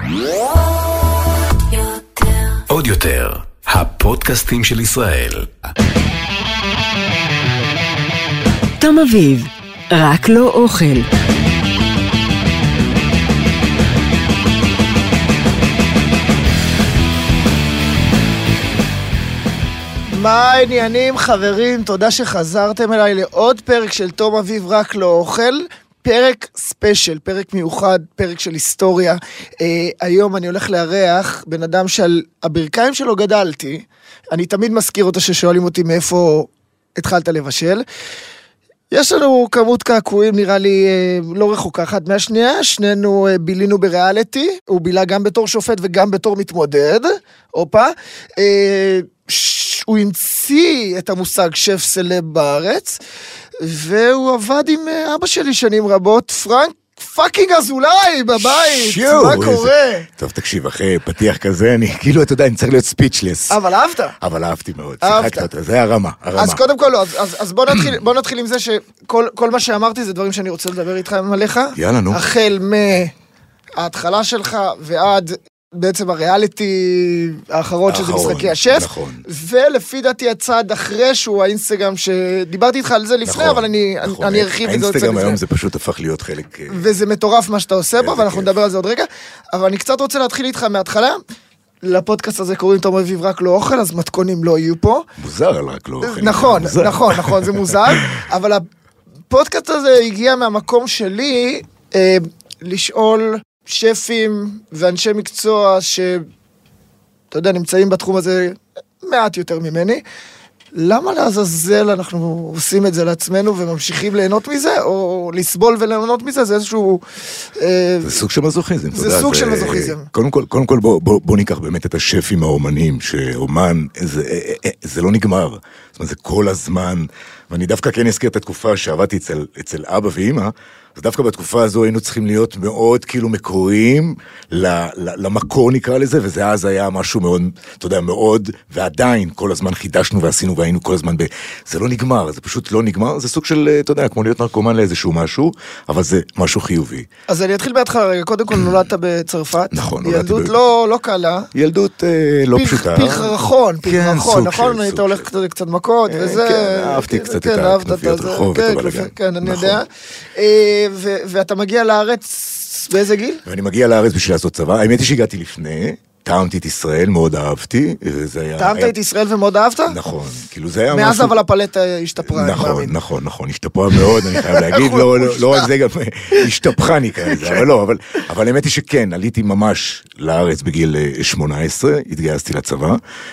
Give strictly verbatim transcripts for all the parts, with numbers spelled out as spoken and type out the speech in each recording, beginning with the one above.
עוד יותר, הפודקאסטים של ישראל. תום אביב, רק לא אוכל. מה העניינים חברים? תודה שחזרתם אליי לעוד פרק של תום אביב רק לא אוכל. פרק ספיישל, פרק מיוחד, פרק של היסטוריה. אה, היום אני הולך לארח בן אדם שעל הברכיים שלו גדלתי. אני תמיד מזכיר אותו ששואלים אותי מאיפה התחלת לבשל. יש לנו כמות קעקועים, נראה לי אה, לא רחוקה אחת מהשנייה. שנינו אה, בילינו בריאליטי. הוא בילה גם בתור שופט וגם בתור מתמודד. אופה. אה, ש... הוא המציא את המושג שף סלב בארץ. והוא עבד עם אבא שלי שנים רבות, פרנק פאקינג אזולאי בבית, מה קורה? טוב, תקשיב, אחרי פתיח כזה, אני כאילו, אתה יודע, אני צריך להיות ספיצ'לס. אבל אהבת? אבל אהבתי מאוד, שיחקת, זה הרמה, הרמה. אז קודם כל, אז בוא נתחיל עם זה שכל מה שאמרתי זה דברים שאני רוצה לדבר איתך עליך. יאללה, נו. החל מההתחלה שלך ועד בעצם הריאליטי האחרון שזה משחקי השף, נכון. ולפי דעתי הצעד אחרי שהוא האינסטגרם שדיברתי איתך על זה לפני, נכון, אבל אני, נכון. אני ארחיב את זה. האינסטגרם היום זה פשוט הפך להיות חלק... וזה מטורף מה שאתה עושה בו, ואנחנו נדבר על זה עוד רגע, אבל אני קצת רוצה להתחיל איתך מההתחלה. לפודקאסט הזה קוראים תום אביב רק לא אוכל, אז מתכונים לא יהיו פה. מוזר על רק לא אוכל. נכון, נכון, נכון, זה מוזר, אבל הפודקאסט הזה הגיע מהמקום שלי אה, לשאול שפים ואנשי מקצוע שאתה יודע, נמצאים בתחום הזה מעט יותר ממני. למה לעזאזל אנחנו עושים את זה לעצמנו וממשיכים ליהנות מזה, או לסבול וליהנות מזה? זה איזשהו... זה סוג של מזוכיזם. זה סוג של מזוכיזם. קודם כל, קודם כל בוא, בוא, בוא ניקח באמת את השפים האומנים, שאומן, זה, זה לא נגמר. זאת אומרת, זה כל הזמן, ואני דווקא כן אזכיר את התקופה שעבדתי אצל, אצל אבא ואמא, אז דווקא בתקופה הזו היינו צריכים להיות מאוד כאילו מקוריים למקור נקרא לזה, וזה אז היה משהו מאוד, אתה יודע, מאוד, ועדיין כל הזמן חידשנו ועשינו והיינו כל הזמן ב... זה לא נגמר, זה פשוט לא נגמר, זה סוג של, אתה יודע, כמו להיות נרקומן לאיזשהו משהו, אבל זה משהו חיובי. אז אני אתחיל בהתחלה רגע, קודם כל נולדת בצרפת. נכון. ילדות לא קלה. ילדות לא פשוטה. פיחרחון, פיחרחון, נכון? היית הולך קצת מכות וזה... כן, אהבתי קצת את הכנופיות רחוב, את הבלגן. כן, אני יודע. ואתה מגיע לארץ באיזה גיל? ואני מגיע לארץ בשביל לעשות צבא. האמת היא שהגעתי לפני, טעמתי את ישראל, מאוד אהבתי. טעמת את ישראל ומאוד אהבת? נכון. כאילו זה היה משהו... מאז אבל הפלטה השתפרה. נכון, נכון, נכון. השתפרה מאוד, אני חייב להגיד. לא רק זה גם השתפחה נקרא לזה, אבל לא. אבל האמת היא שכן, עליתי ממש לארץ בגיל שמונה עשרה, התגייסתי לצבא.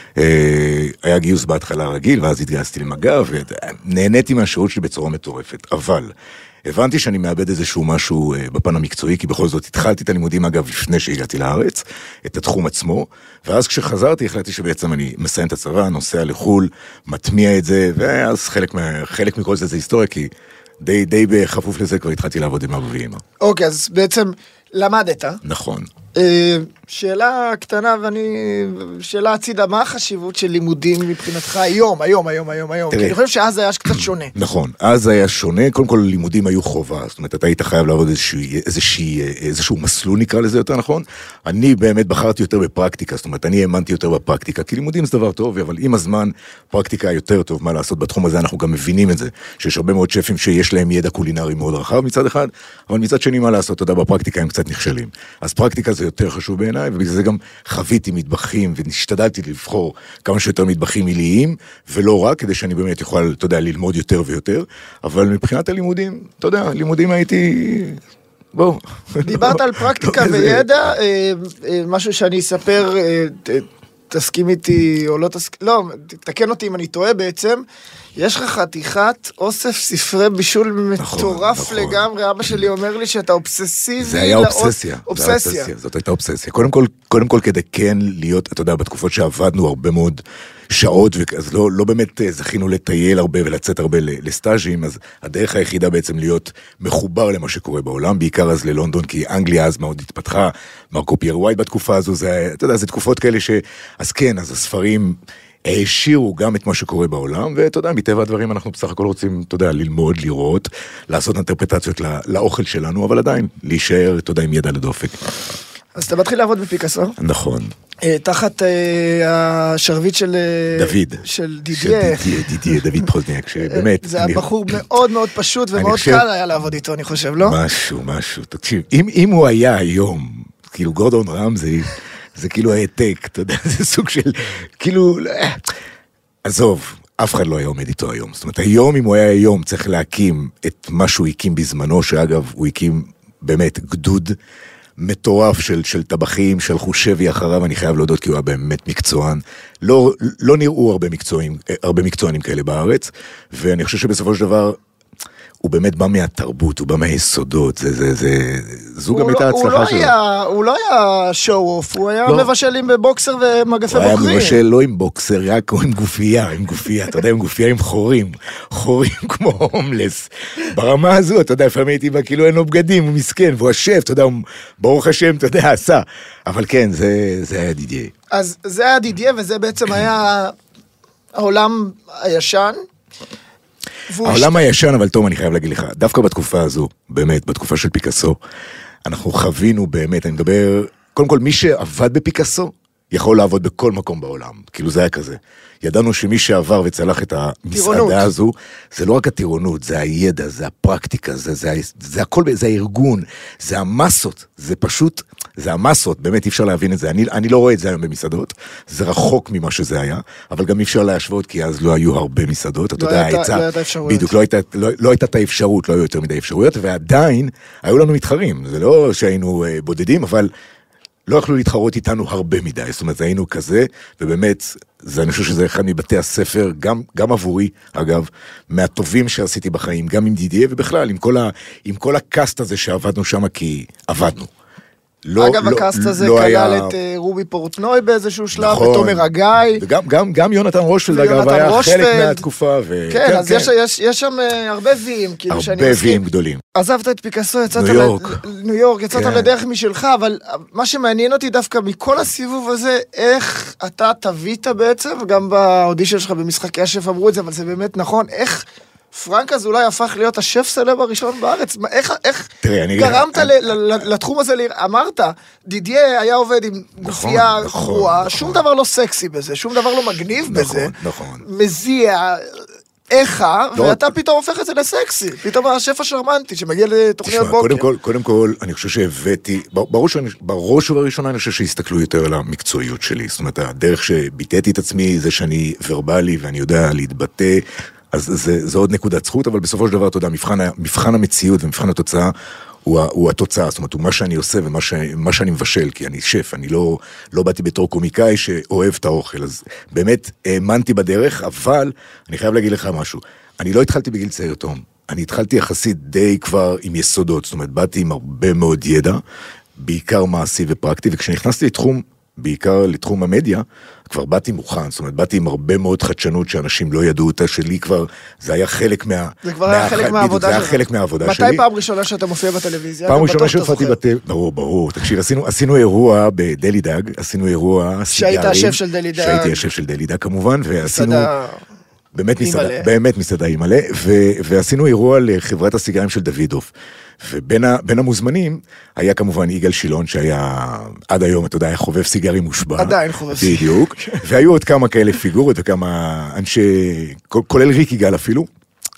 היה גיוס בהתחלה רגיל, ואז התגייסתי למג"ב, ונהניתי מהשירות שלי בצורה מטורפת. אבל... הבנתי שאני מאבד איזשהו משהו בפן המקצועי, כי בכל זאת התחלתי את הלימודים, אגב, לפני שהגעתי לארץ, את התחום עצמו, ואז כשחזרתי, החלטתי שבעצם אני מסיים את הצבא, נוסע לחול, מטמיע את זה, ואז חלק, מה, חלק מכל זה זה היסטוריה, כי די, די בחפוף לזה כבר התחלתי לעבוד עם אבא ואמא. אוקיי, אז בעצם למדת. נכון. שאלה קטנה, ואני, שאלה הצידה, מה החשיבות של לימודים מבחינתך היום, היום, היום, היום, היום? כי אני חושב שאז היה קצת שונה. נכון, אז היה שונה, קודם כל לימודים היו חובה, זאת אומרת, אתה היית חייב לעבוד איזשהו מסלול, נקרא לזה יותר נכון. אני באמת בחרתי יותר בפרקטיקה, זאת אומרת, אני האמנתי יותר בפרקטיקה, כי לימודים זה דבר טוב, אבל עם הזמן, פרקטיקה יותר טוב, מה לעשות בתחום הזה, אנחנו גם מבינים את זה, שיש הרבה מאוד שפים שיש להם ידע קולינרי מאוד רחב מצד אחד, אבל מצד שני מה לעשות, אתה יודע, בפרקטיקה הם קצת נכשלים. אז פרקטיקה זה יותר חשוב בעיניי, ובגלל זה גם חוויתי מטבחים, והשתדלתי לבחור כמה שיותר מטבחים עיליים, ולא רק, כדי שאני באמת יכול, אתה יודע, ללמוד יותר ויותר, אבל מבחינת הלימודים, אתה יודע, לימודים הייתי... בואו. דיברת על פרקטיקה וידע, משהו שאני אספר, תסכים איתי או לא תסכים, לא, תקן אותי אם אני טועה בעצם, יש לך חתיכת אוסף ספרי בישול מטורף נכון, נכון. לגמרי, אבא שלי אומר לי שאתה אובססיבי. זה היה אובססיה. אובססיה. זה אובססיה. זאת הייתה אובססיה. קודם כל, קודם כל כדי כן להיות, אתה יודע, בתקופות שעבדנו הרבה מאוד שעות, אז לא, לא באמת זכינו לטייל הרבה ולצאת הרבה לסטאז'ים, אז הדרך היחידה בעצם להיות מחובר למה שקורה בעולם, בעיקר אז ללונדון, כי אנגליה אז מאוד התפתחה, מרקו פייר ווייט בתקופה הזו, זה, אתה יודע, זה תקופות כאלה ש... אז כן, אז הספרים... העשירו גם את מה שקורה בעולם, ואתה יודע, מטבע הדברים אנחנו בסך הכל רוצים, אתה יודע, ללמוד, לראות, לעשות אינטרפרטציות לא, לאוכל שלנו, אבל עדיין, להישאר, אתה יודע, עם ידע לדופק. אז אתה מתחיל לעבוד בפיקאסו. נכון. תחת השרביט של... דוד. של דידיה. של דידיה, דוד פרוזניאק, שבאמת... זה היה בחור מאוד מאוד פשוט ומאוד קל היה לעבוד איתו, אני חושב, לא? משהו, משהו. תקשיב, אם הוא היה היום, כאילו גורדון רמזי, זה כאילו העתק, אתה יודע, זה סוג של... כאילו... עזוב. אף אחד לא היה עומד איתו היום. זאת אומרת, היום, אם הוא היה היום, צריך להקים את מה שהוא הקים בזמנו, שאגב, הוא הקים באמת גדוד מטורף של, של טבחים, של חושבי אחריו, אני חייב להודות כי הוא היה באמת מקצוען. לא, לא נראו הרבה מקצוענים, הרבה מקצוענים כאלה בארץ, ואני חושב שבסופו של דבר, הוא באמת בא מהתרבות, הוא בא מהיסודות, זה, זה, זה, זו גם הייתה ההצלחה שלו. הוא לא היה שואו-אוף, הוא היה מבשל עם בוקסר ומגפי בוחרים. הוא היה מבשל לא עם בוקסר, רק עם גופייה, עם גופייה, אתה יודע, עם גופייה עם חורים, חורים כמו הומלס. ברמה הזו, אתה יודע, לפעמים הייתי בה, כאילו אין לו בגדים, הוא מסכן, והוא השף, אתה יודע, ברוך השם, אתה יודע, עשה. אבל כן, זה, זה היה דידיה. אז זה היה דידיה, וזה בעצם היה העולם הישן. העולם הישן, אבל טוב, אני חייב להגיד לך, דווקא בתקופה הזו, באמת, בתקופה של פיקאסו, אנחנו חווינו באמת, אני מדבר, קודם כל, מי שעבד בפיקאסו, יכול לעבוד בכל מקום בעולם, כאילו זה היה כזה. ידענו שמי שעבר וצלח את המסעדה הזו, זה לא רק הטירונות, זה הידע, זה הפרקטיקה, זה, זה, זה הכל, זה הארגון, זה המסות, זה פשוט, זה המסות, באמת אי אפשר להבין את זה, אני, אני לא רואה את זה היום במסעדות, זה רחוק ממה שזה היה, אבל גם אי אפשר להשוות, כי אז לא היו הרבה מסעדות, אתה יודע, לא הייתה אפשרויות. בדיוק, לא הייתה, לא, לא הייתה את האפשרות, לא היו יותר מדי אפשרויות, ועדיין היו לנו מתחרים, זה לא שהיינו בודדים, אבל לא יכלו להתחרות איתנו הרבה מדי, זאת אומרת, היינו כזה, ובאמת, זה, אני חושב שזה אחד מבתי הספר, גם, גם עבורי, אגב, מהטובים שעשיתי בחיים, גם עם דידיה, ובכלל, עם כל, ה, עם כל הקאסט הזה שעבדנו שם, כי עבדנו. לא, אגב, לא, הקאסט הזה לא כלל היה... את uh, רובי פורטנוי באיזשהו שלב, נכון, ותומר הגאי. וגם גם, גם יונתן רושפלד, אגב, היה רושפלד. חלק מהתקופה. ו... כן, כן, אז כן. יש, יש, יש שם uh, הרבה ויים, כאילו שאני מסכים. הרבה ויים גדולים. עזבת את פיקאסו, יצאת ניו יורק. לניו יורק, יצאת כן. לדרך משלך, אבל מה שמעניין אותי דווקא מכל הסיבוב הזה, איך אתה תווית בעצם, גם באודישן שלך במשחקי השף אמרו את זה, אבל זה באמת נכון, איך... פרנק אז אולי הפך להיות השף סלב הראשון בארץ, איך, איך גרמת ל, ל, לתחום הזה, אמרת, דידיה היה עובד עם גופייה גרועה, שום דבר לא סקסי בזה, שום דבר לא מגניב בזה, מזיע, איכה, ואתה פתאום הופך את זה לסקסי, פתאום השף השרמנטי שמגיע לתוכניות בוקר. קודם כל, קודם כל, אני חושב שהבאתי, בראש ובראשונה אני חושב שהסתכלו יותר על המקצועיות שלי, זאת אומרת, הדרך שביטאתי את עצמי, זה שאני ורבלי ואני יודע להתבטא, אז זה, זה עוד נקודת זכות, אבל בסופו של דבר, אתה יודע, מבחן, מבחן המציאות ומבחן התוצאה הוא, הוא התוצאה, זאת אומרת, הוא מה שאני עושה ומה ש, מה שאני מבשל, כי אני שף, אני לא, לא באתי בתור קומיקאי שאוהב את האוכל, אז באמת האמנתי בדרך, אבל אני חייב להגיד לך משהו, אני לא התחלתי בגיל צעיר תום, אני התחלתי יחסית די כבר עם יסודות, זאת אומרת, באתי עם הרבה מאוד ידע, בעיקר מעשי ופרקטי, וכשנכנסתי לתחום, בעיקר לתחום המדיה, כבר באתי מוכן, זאת אומרת, באתי עם הרבה מאוד חדשנות שאנשים לא ידעו אותה, שלי כבר, זה היה חלק מה... זה כבר היה חלק מהעבודה שלך. זה היה חלק מהעבודה שלי. מתי פעם ראשונה שאתה מופיע בטלוויזיה? פעם ראשונה שהופעתי בטלוויזיה, ברור, ברור. תקשיב, עשינו אירוע בדלי דג, עשינו אירוע סיגרים. שהיית השף של דלי דג. שהייתי השף של דלי דג, כמובן, ועשינו... באמת מסעדה, באמת מסעדה עם מלא, ועשינו אירוע לחברת הסיגרים של דוידוף. ובין המוזמנים היה כמובן יגאל שילון, שהיה עד היום, אתה יודע, היה חובב סיגרי מושבע. עדיין חובב סיגרי. בדיוק. והיו עוד כמה כאלה פיגורות וכמה אנשי, כולל ריק יגאל אפילו.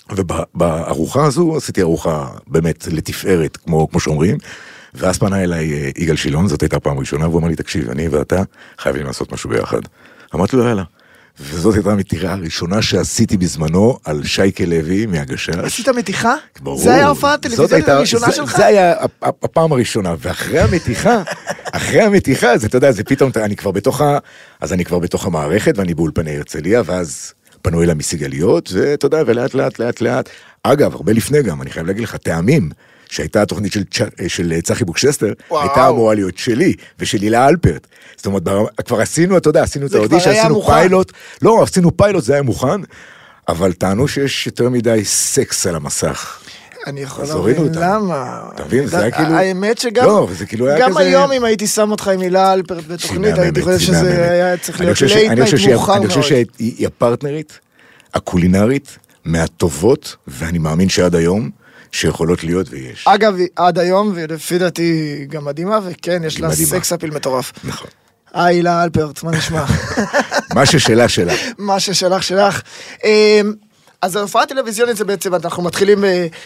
ובארוחה הזו עשיתי ארוחה באמת לתפארת, כמו, כמו שאומרים. ואז פנה אליי יגאל שילון, זאת הייתה פעם ראשונה, והוא אמר לי, תקשיב, אני ואתה חייבים לעשות משהו ביחד. אמרתי לו, יאללה. וזאת הייתה המתיחה הראשונה שעשיתי בזמנו על שייקה לוי מהגשש. עשית מתיחה? ברור. זה היה הופעה הטלוויזיונית הראשונה שלך? זה היה הפעם הראשונה, ואחרי המתיחה, אחרי המתיחה, זה, אתה יודע, זה פתאום, אני כבר בתוך ה... אז אני כבר בתוך המערכת, ואני באולפני הרצליה, ואז פנו אליי מסיגליות, ואתה יודע, ולאט לאט לאט לאט. אגב, הרבה לפני גם, אני חייב להגיד לך, טעמים, שהייתה התוכנית של, של צחי בוקשסטר, הייתה אמורה להיות שלי, ושל הילה אלפרט. זאת אומרת, כבר עשינו, אתה יודע, עשינו את האודישן, עשינו פיילוט, לא, עשינו פיילוט, זה היה מוכן, אבל טענו שיש יותר מדי סקס על המסך. אני יכול להבין למה. אתה מבין, זה היה כאילו... האמת שגם גם היום אם הייתי שם אותך עם הילה אלפרט בתוכנית, הייתי חושב שזה היה צריך להיות לייט נייט מאוחר מאוד. אני חושב שהיא הפרטנרית, הקולינרית, מהטובות, ואני מאמין שעד היום, שיכולות להיות ויש. אגב, עד היום, ולפי דעתי גם מדהימה, וכן, יש לה סקס אפיל מטורף. נכון. היי, לה אלפרט, מה נשמע? מה ששלך שלך. מה ששלך שלך. אז ההופעה הטלוויזיונית זה בעצם, אנחנו מתחילים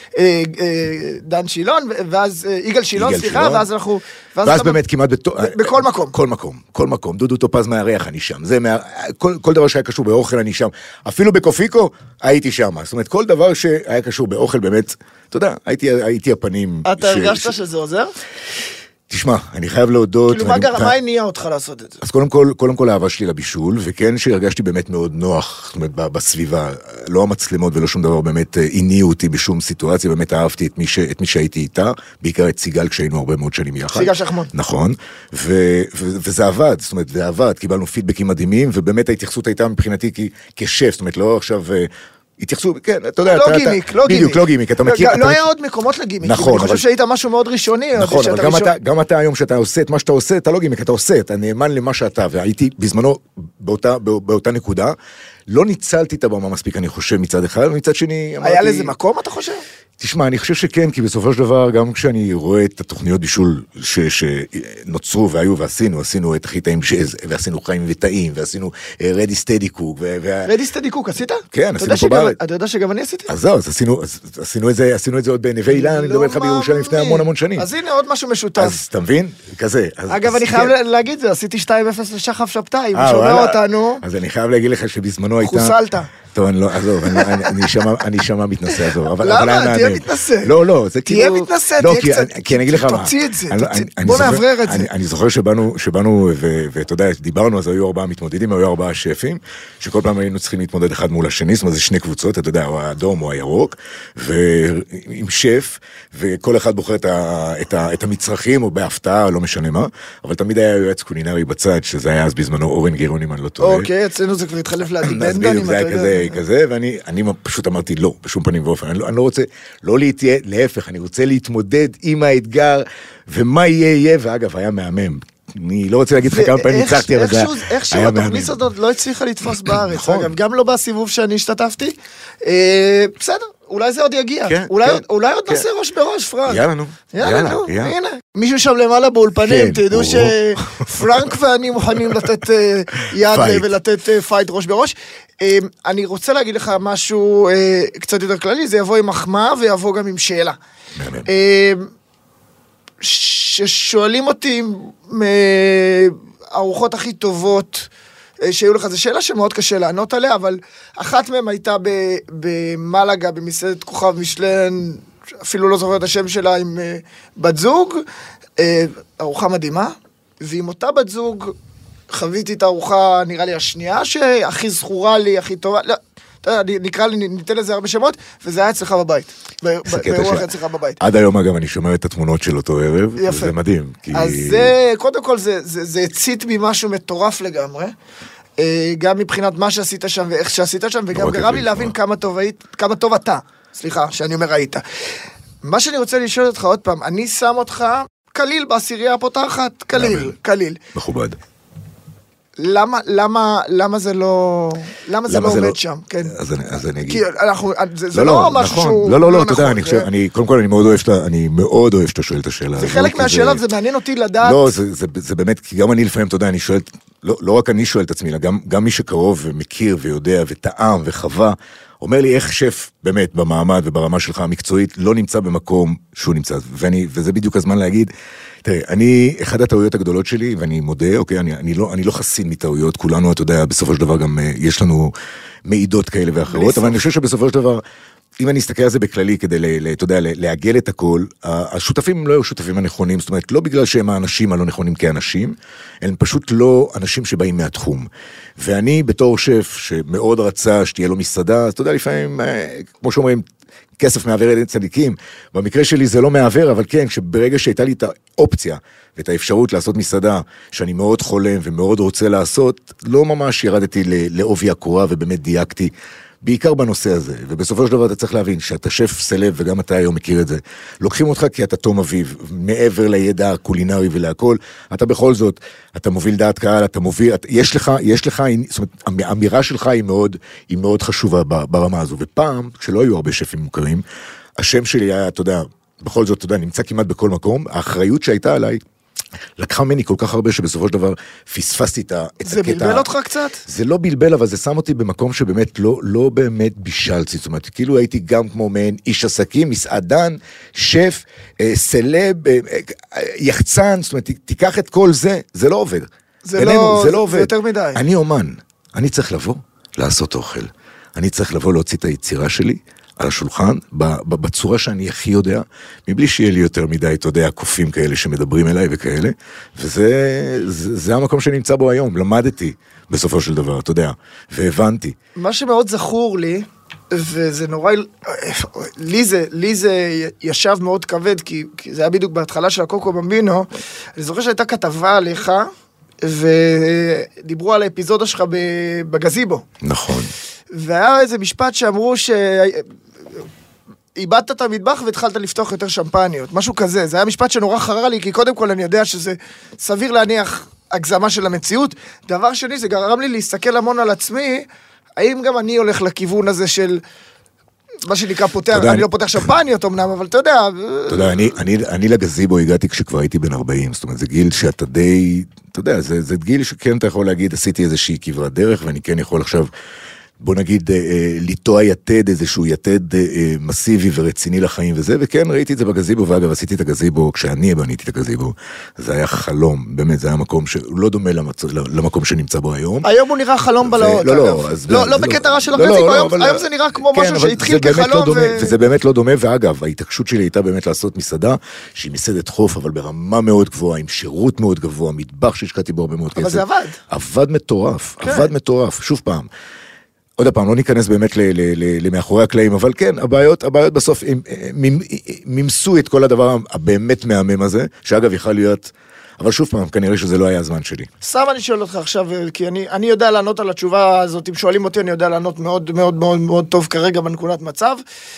דן שילון, ואז יגאל שילון, סליחה, ואז אנחנו... ואז באמת כמעט... בכל מקום. כל מקום, כל מקום. דודו טופז מהריח, אני שם. כל דבר שהיה קשור באוכל, אני שם. אפילו בקופיקו, הייתי שם. זאת אומרת, כל דבר שהיה קשור באוכל, באמת, אתה יודע, הייתי הפנים... אתה הרגשת שזה עוזר? תשמע, אני חייב להודות... כאילו, מה גרם, מה הניע אותך לעשות את זה? אז קודם כל, קודם כל האהבה שלי לבישול, וכן שהרגשתי באמת מאוד נוח, זאת אומרת, בסביבה, לא המצלמות ולא שום דבר באמת הניעו אותי בשום סיטואציה, באמת אהבתי את מי, ש, את מי שהייתי איתה, בעיקר את סיגל כשהיינו הרבה מאוד שנים יחד. סיגל שחמון. נכון, ו, ו, וזה עבד, זאת אומרת, זה עבד, קיבלנו פידבקים מדהימים, ובאמת ההתייחסות הייתה מבחינתי כשף, זאת אומרת, לא עכשיו... התייחסו, כן, אתה יודע, לא גימיק, לא גימיק. בדיוק, לא גימיק, אתה מכיר... לא היה עוד מקומות לגימיק. נכון, אני חושב שהיית משהו מאוד ראשוני. נכון, אבל גם אתה היום שאתה עושה את מה שאתה עושה, אתה לא גימיק, אתה עושה, אתה נאמן למה שאתה, והייתי בזמנו באותה נקודה, לא ניצלתי את הבמה מספיק, אני חושב, מצד אחד, ומצד שני... היה לזה מקום, אתה חושב? תשמע, אני חושב שכן, כי בסופו של דבר, גם כשאני רואה את התוכניות בישול שנוצרו והיו ועשינו, עשינו את הכי טעים שז, ועשינו חיים וטעים, ועשינו רדי סטדי קוק. רדי סטדי קוק, עשית? כן, עשינו פה בארץ. אתה יודע שגם אני עשיתי? אז זהו, אז עשינו את זה, עשינו את זה עוד בנווה אילן, אני מדבר איתך בירושלים לפני המון המון שנים. אז הנה עוד משהו משותף. אז אתה מבין? כזה. אגב, אני חייב להגיד זה, עשיתי שתיים אפס לשחף שבתאי, הוא שומע אותנו. אז אני חייב להגיד לך שבזמנו הייתה... חוסלת. טוב, אני לא, עזוב, אני שמה מתנסה, עזוב. למה? תהיה מתנסה. לא, לא, זה כאילו... תהיה מתנסה, תהיה קצת... כי אני אגיד לך מה... תוציא את זה, בוא נעברר את זה. אני זוכר שבאנו, ואתה יודע, דיברנו, אז היו ארבעה מתמודדים, היו ארבעה שפים, שכל פעם היינו צריכים להתמודד אחד מול השני, זאת אומרת, זה שני קבוצות, אתה יודע, או האדום או הירוק, ועם שף, וכל אחד בוחר את המצרכים, או בהפתעה, לא משנה מה, אבל תמיד היה יועץ קולינרי בצד, שזה היה אז בזמנו אורן גירון, אם אני לא טועה. אוקיי, אצלנו זה כבר התחלף לעדי בנדן, אם אתה יודע. כזה, ואני אני פשוט אמרתי לא, בשום פנים ואופן, אני לא, אני לא רוצה, לא להתייע, להפך, אני רוצה להתמודד עם האתגר, ומה יהיה יהיה, ואגב, היה מהמם. אני לא רוצה להגיד לך כמה פעמים ניצחתי, אבל זה היה מהמם. איכשהו התוכנית הזאת לא הצליחה לתפוס בארץ, נכון. אגב, גם לא בסיבוב שאני השתתפתי, בסדר, אולי זה עוד יגיע, כן, אולי, כן, עוד, אולי עוד כן. נעשה ראש בראש, פרנק. יאללה נו, יאללה, יאללה, נו, יאללה. הנה. מישהו שם למעלה באולפנים, כן, תדעו או. שפרנק ואני מוכנים לתת אה, יד פייט. ולתת אה, פייט ראש בראש. אה, אני רוצה להגיד לך משהו אה, קצת יותר כללי, זה יבוא עם מחמאה ויבוא גם עם שאלה. אה, ששואלים אותי מהארוחות הכי טובות, שהיו לך, זו שאלה שמאוד קשה לענות עליה, אבל אחת מהן הייתה במלגה, במסעדת כוכב משלן, אפילו לא זוכר את השם שלה, עם בת זוג, ארוחה מדהימה, ועם אותה בת זוג חוויתי את הארוחה, נראה לי השנייה, שהכי זכורה לי, הכי טובה, לא, נקרא לי, ניתן לזה הרבה שמות, וזה היה אצלך בבית, באירוח אצלך בבית. עד היום אגב אני שומע את התמונות של אותו ערב, וזה מדהים. אז זה, קודם כל, זה הצית בי משהו מטורף לגמרי, גם מבחינת מה שעשית שם ואיך שעשית שם, וגם גרם לי להבין כמה טוב אתה, סליחה, שאני אומר היית. מה שאני רוצה לשאול אותך עוד פעם, אני שם אותך קליל בעשירייה הפותחת, קליל, קליל. מכובד. למה, למה, למה זה לא, למה זה לא עומד שם, כן? אז אני אגיד. כי אנחנו, זה לא משהו שהוא... לא, לא, לא, אתה יודע, אני חושב, אני, קודם כל, אני מאוד אוהב שאתה, אני מאוד אוהב שאתה שואל את השאלה. זה חלק מהשאלה, זה מעניין אותי לדעת. לא, זה באמת, כי גם אני לפעמים, אתה יודע, אני שואל, לא רק אני שואל את עצמי, אלא גם מי שקרוב ומכיר ויודע וטעם וחווה, אומר לי איך שף באמת במעמד וברמה שלך המקצועית לא נמצא במקום שהוא נמצא, ואני, וזה בדיוק הזמן להגיד, תראה, אני, אחד הטעויות הגדולות שלי, ואני מודה, אוקיי, אני, אני לא, אני לא חסין מטעויות, כולנו, אתה יודע, בסופו של דבר גם יש לנו מעידות כאלה ואחרות, אבל אני חושב שבסופו של דבר, אם אני אסתכל על זה בכללי, כדי, אתה יודע, להגל את הכל, השותפים הם לא היו שותפים הנכונים, זאת אומרת, לא בגלל שהם האנשים הלא נכונים כאנשים, הם פשוט לא אנשים שבאים מהתחום. ואני בתור שף, שמאוד רצה שתהיה לו מסעדה, אז אתה יודע, לפעמים, כמו שאומרים, כסף מעבר את צדיקים, במקרה שלי זה לא מעבר, אבל כן, שברגע שהייתה לי את האופציה, ואת האפשרות לעשות מסעדה, שאני מאוד חולם ומאוד רוצה לעשות, לא ממש ירדתי לעובי הקורה, ובאמת דייקתי, בעיקר בנושא הזה, ובסופו של דבר אתה צריך להבין שאתה שף סלב, וגם אתה היום מכיר את זה, לוקחים אותך כי אתה תום אביב, מעבר לידע הקולינרי ולהכל, אתה בכל זאת, אתה מוביל דעת קהל, אתה מוביל, אתה, יש לך, יש לך, זאת אומרת, האמירה שלך היא מאוד, היא מאוד חשובה ברמה הזו, ופעם, כשלא היו הרבה שפים מוכרים, השם שלי היה, אתה יודע, בכל זאת, אתה יודע, נמצא כמעט בכל מקום, האחריות שהייתה עליי, לקחה ממני כל כך הרבה שבסופו של דבר פספסתי את הקטע. זה בלבל אותך קצת? זה לא בלבל, אבל זה שם אותי במקום שבאמת לא, לא באמת בישלתי, זאת אומרת, כאילו הייתי גם כמו מעין איש עסקים, מסעדן, שף, אה, סלב, אה, אה, יחצן, זאת אומרת, תיקח את כל זה, זה לא עובד. זה בינינו, לא, זה לא עובד. זה יותר מדי. אני אומן, אני צריך לבוא, לעשות אוכל. אני צריך לבוא להוציא את היצירה שלי, על השולחן, בצורה שאני הכי יודע, מבלי שיהיה לי יותר מדי, אתה יודע, קופים כאלה שמדברים אליי וכאלה, וזה זה, זה המקום שנמצא בו היום, למדתי בסופו של דבר, אתה יודע, והבנתי. מה שמאוד זכור לי, וזה נורא, לי זה, לי זה ישב מאוד כבד, כי, כי זה היה בדיוק בהתחלה של הקוקו במבינו, אני זוכר שהייתה כתבה עליך, ודיברו על האפיזודה שלך בגזיבו. נכון. והיה איזה משפט שאמרו ש... איבדת את המטבח והתחלת לפתוח יותר שמפניות, משהו כזה. זה היה משפט שנורא חרר לי, כי קודם כל אני יודע שזה סביר להניח הגזמה של המציאות. דבר שני, זה גרם לי להסתכל המון על עצמי, האם גם אני הולך לכיוון הזה של מה שנקרא פותח, אני, אני לא פותח שמפניות אמנם, אבל אתה יודע... אתה יודע, אני, אני, אני לגזיבו הגעתי כשכבר הייתי בן ארבעים, זאת אומרת, זה גיל שאתה די, אתה יודע, זה, זה גיל שכן אתה יכול להגיד, עשיתי איזושהי כברת דרך, ואני כן יכול עכשיו... בוא נגיד, לטוע יתד, איזשהו יתד מסיבי ורציני לחיים וזה, וכן ראיתי את זה בגזיבו, ואגב עשיתי את הגזיבו, כשאני בניתי את הגזיבו, זה היה חלום, באמת, זה היה מקום שהוא לא דומה למקום שנמצא בו היום. היום הוא נראה חלום בלהות, לא, לא, לא, לא בקטע רע של הגזיבו, היום זה נראה כמו משהו שהתחיל כחלום. וזה באמת לא דומה, ואגב, ההתעקשות שלי הייתה באמת לעשות מסעדה, שהיא מסעדת חוף, אבל ברמה מאוד גבוהה, עם שירות מאוד גבוה, מטבח שהשקעתי בו הרבה מאוד כסף. אבל זה עבד. עבד מטורף, עבד מטורף, שוב פעם. עוד הפעם, לא ניכנס באמת למאחורי הקלעים, אבל כן, הבעיות, הבעיות בסוף מימסו את כל הדבר הבאמת מהמם הזה, שאגב יכל להיות, אבל שוב פעם, כנראה שזה לא היה הזמן שלי. סתם אני שואל אותך עכשיו, כי אני, אני יודע לענות על התשובה הזאת, אם שואלים אותי, אני יודע לענות מאוד מאוד מאוד מאוד טוב כרגע בנקודת מצב.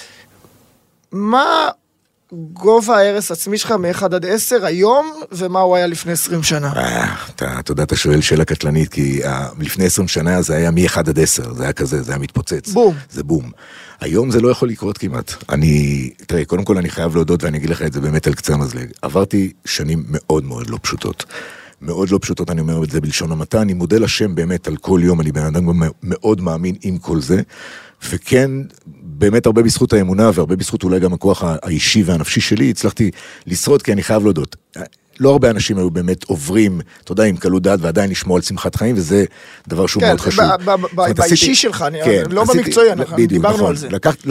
מה גובה הערס עצמי שלך מ-אחד עד עשר היום, ומה הוא היה לפני עשרים שנה? אתה יודע, אתה שואל שאלה קטלנית, כי לפני עשרים שנה זה היה מ-אחד עד עשר, זה היה כזה, זה היה מתפוצץ. בום. זה בום. היום זה לא יכול לקרות כמעט. אני, תראה, קודם כל אני חייב להודות, ואני אגיד לך את זה באמת על קצה המזלג. עברתי שנים מאוד מאוד לא פשוטות. מאוד לא פשוטות, אני אומר את זה בלשון המעטה, אני מודה לשם באמת על כל יום, אני בן אדם מאוד מאמין עם כל זה, וכן, באמת הרבה בזכות האמונה, והרבה בזכות אולי גם הכוח האישי והנפשי שלי, הצלחתי לשרוד, כי אני חייב להודות. לא הרבה אנשים היו באמת עוברים, אתה יודע, עם קלות דעת, ועדיין לשמוע על שמחת חיים, וזה דבר שהוא מאוד חשוב. כן, באישי שלך, לא במקצועי, דיברנו על זה.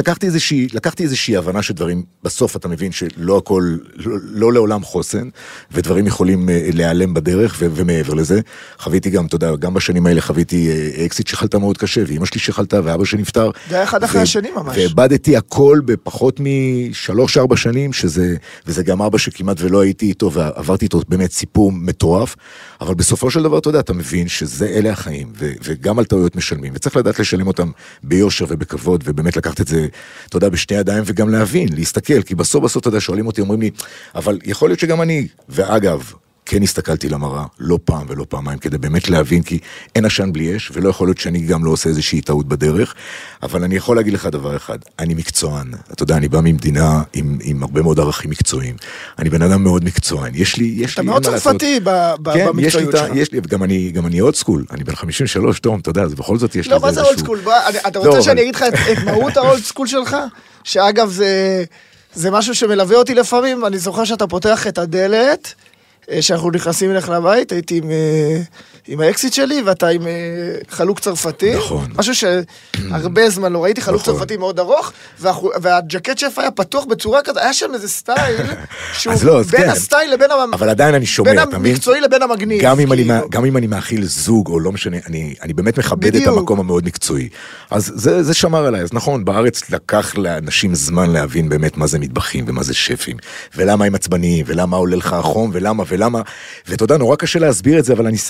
לקחתי איזושהי הבנה שדברים, בסוף אתה מבין שלא הכל, לא לעולם חוסן, ודברים יכולים להיעלם בדרך, ומעבר לזה, חוויתי גם, אתה יודע, גם בשנים האלה חוויתי אקסיט שחלתה מאוד קשה, ואמא שלי שחלתה, ואבא שנפטר. זה היה אחד אחרי השנים ממש. ואיבדתי הכל בפחות משלוש, ארבע שנים, שזה, וזה גם ארבע שכמעט ולא הייתי איתו, עברתי איתו באמת סיפור מטורף, אבל בסופו של דבר, אתה יודע, אתה מבין שזה אלה החיים, ו- וגם על טעויות משלמים, וצריך לדעת לשלם אותם ביושר ובכבוד, ובאמת לקחת את זה, אתה יודע, בשני ידיים, וגם להבין, להסתכל, כי בסוף בסוף, אתה יודע, שואלים אותי, אומרים לי, אבל יכול להיות שגם אני, ואגב, כן הסתכלתי למראה, לא פעם ולא פעמיים, כדי באמת להבין, כי אין עשן בלי אש, ולא יכול להיות שאני גם לא עושה איזושהי טעות בדרך, אבל אני יכול להגיד לך דבר אחד, אני מקצוען, אתה יודע, אני בא ממדינה עם, עם הרבה מאוד ערכים מקצועיים, אני בן אדם מאוד מקצוען, יש לי, יש אתה לי... אתה מאוד צרפתי כן, במקצועיות שלך. יש לי, וגם אני, גם אני אולד סקול, אני בן חמישים ושלוש, תום, אתה יודע, אז בכל זאת יש לי... לא, מה זה אולד סקול? אתה רוצה שאני אגיד לך את מהות האולד סקול שלך? שאגב, זה, זה משהו שמלווה אותי לפעמים, אני זוכר שאתה פותח את הדלת, שאנחנו נכנסים אליך לבית, הייתי עם, עם האקסיט שלי, ואתה עם חלוק צרפתי. נכון. משהו שהרבה זמן לא ראיתי, חלוק נכון. צרפתי מאוד ארוך, וה, והג'קט שף היה פתוח בצורה כזאת, היה שם איזה סטייל, שהוא לא, בין כן. הסטייל לבין אבל עדיין אני שומע, בין המקצועי לבין המגניב. גם אם, אני, גם אם אני מאכיל זוג, או לא משנה, אני, אני באמת מכבד בדיוק. את המקום המאוד מקצועי. אז זה, זה שמר עליי. אז נכון, בארץ לקח לאנשים זמן להבין באמת מה זה מטבחים, ומה זה שפים, ולמה הם עצבניים, ולמה עולה לך החום, ולמה ולמה, ואתה יודע, נורא קשה להסביר את זה, אבל אני שמח שה,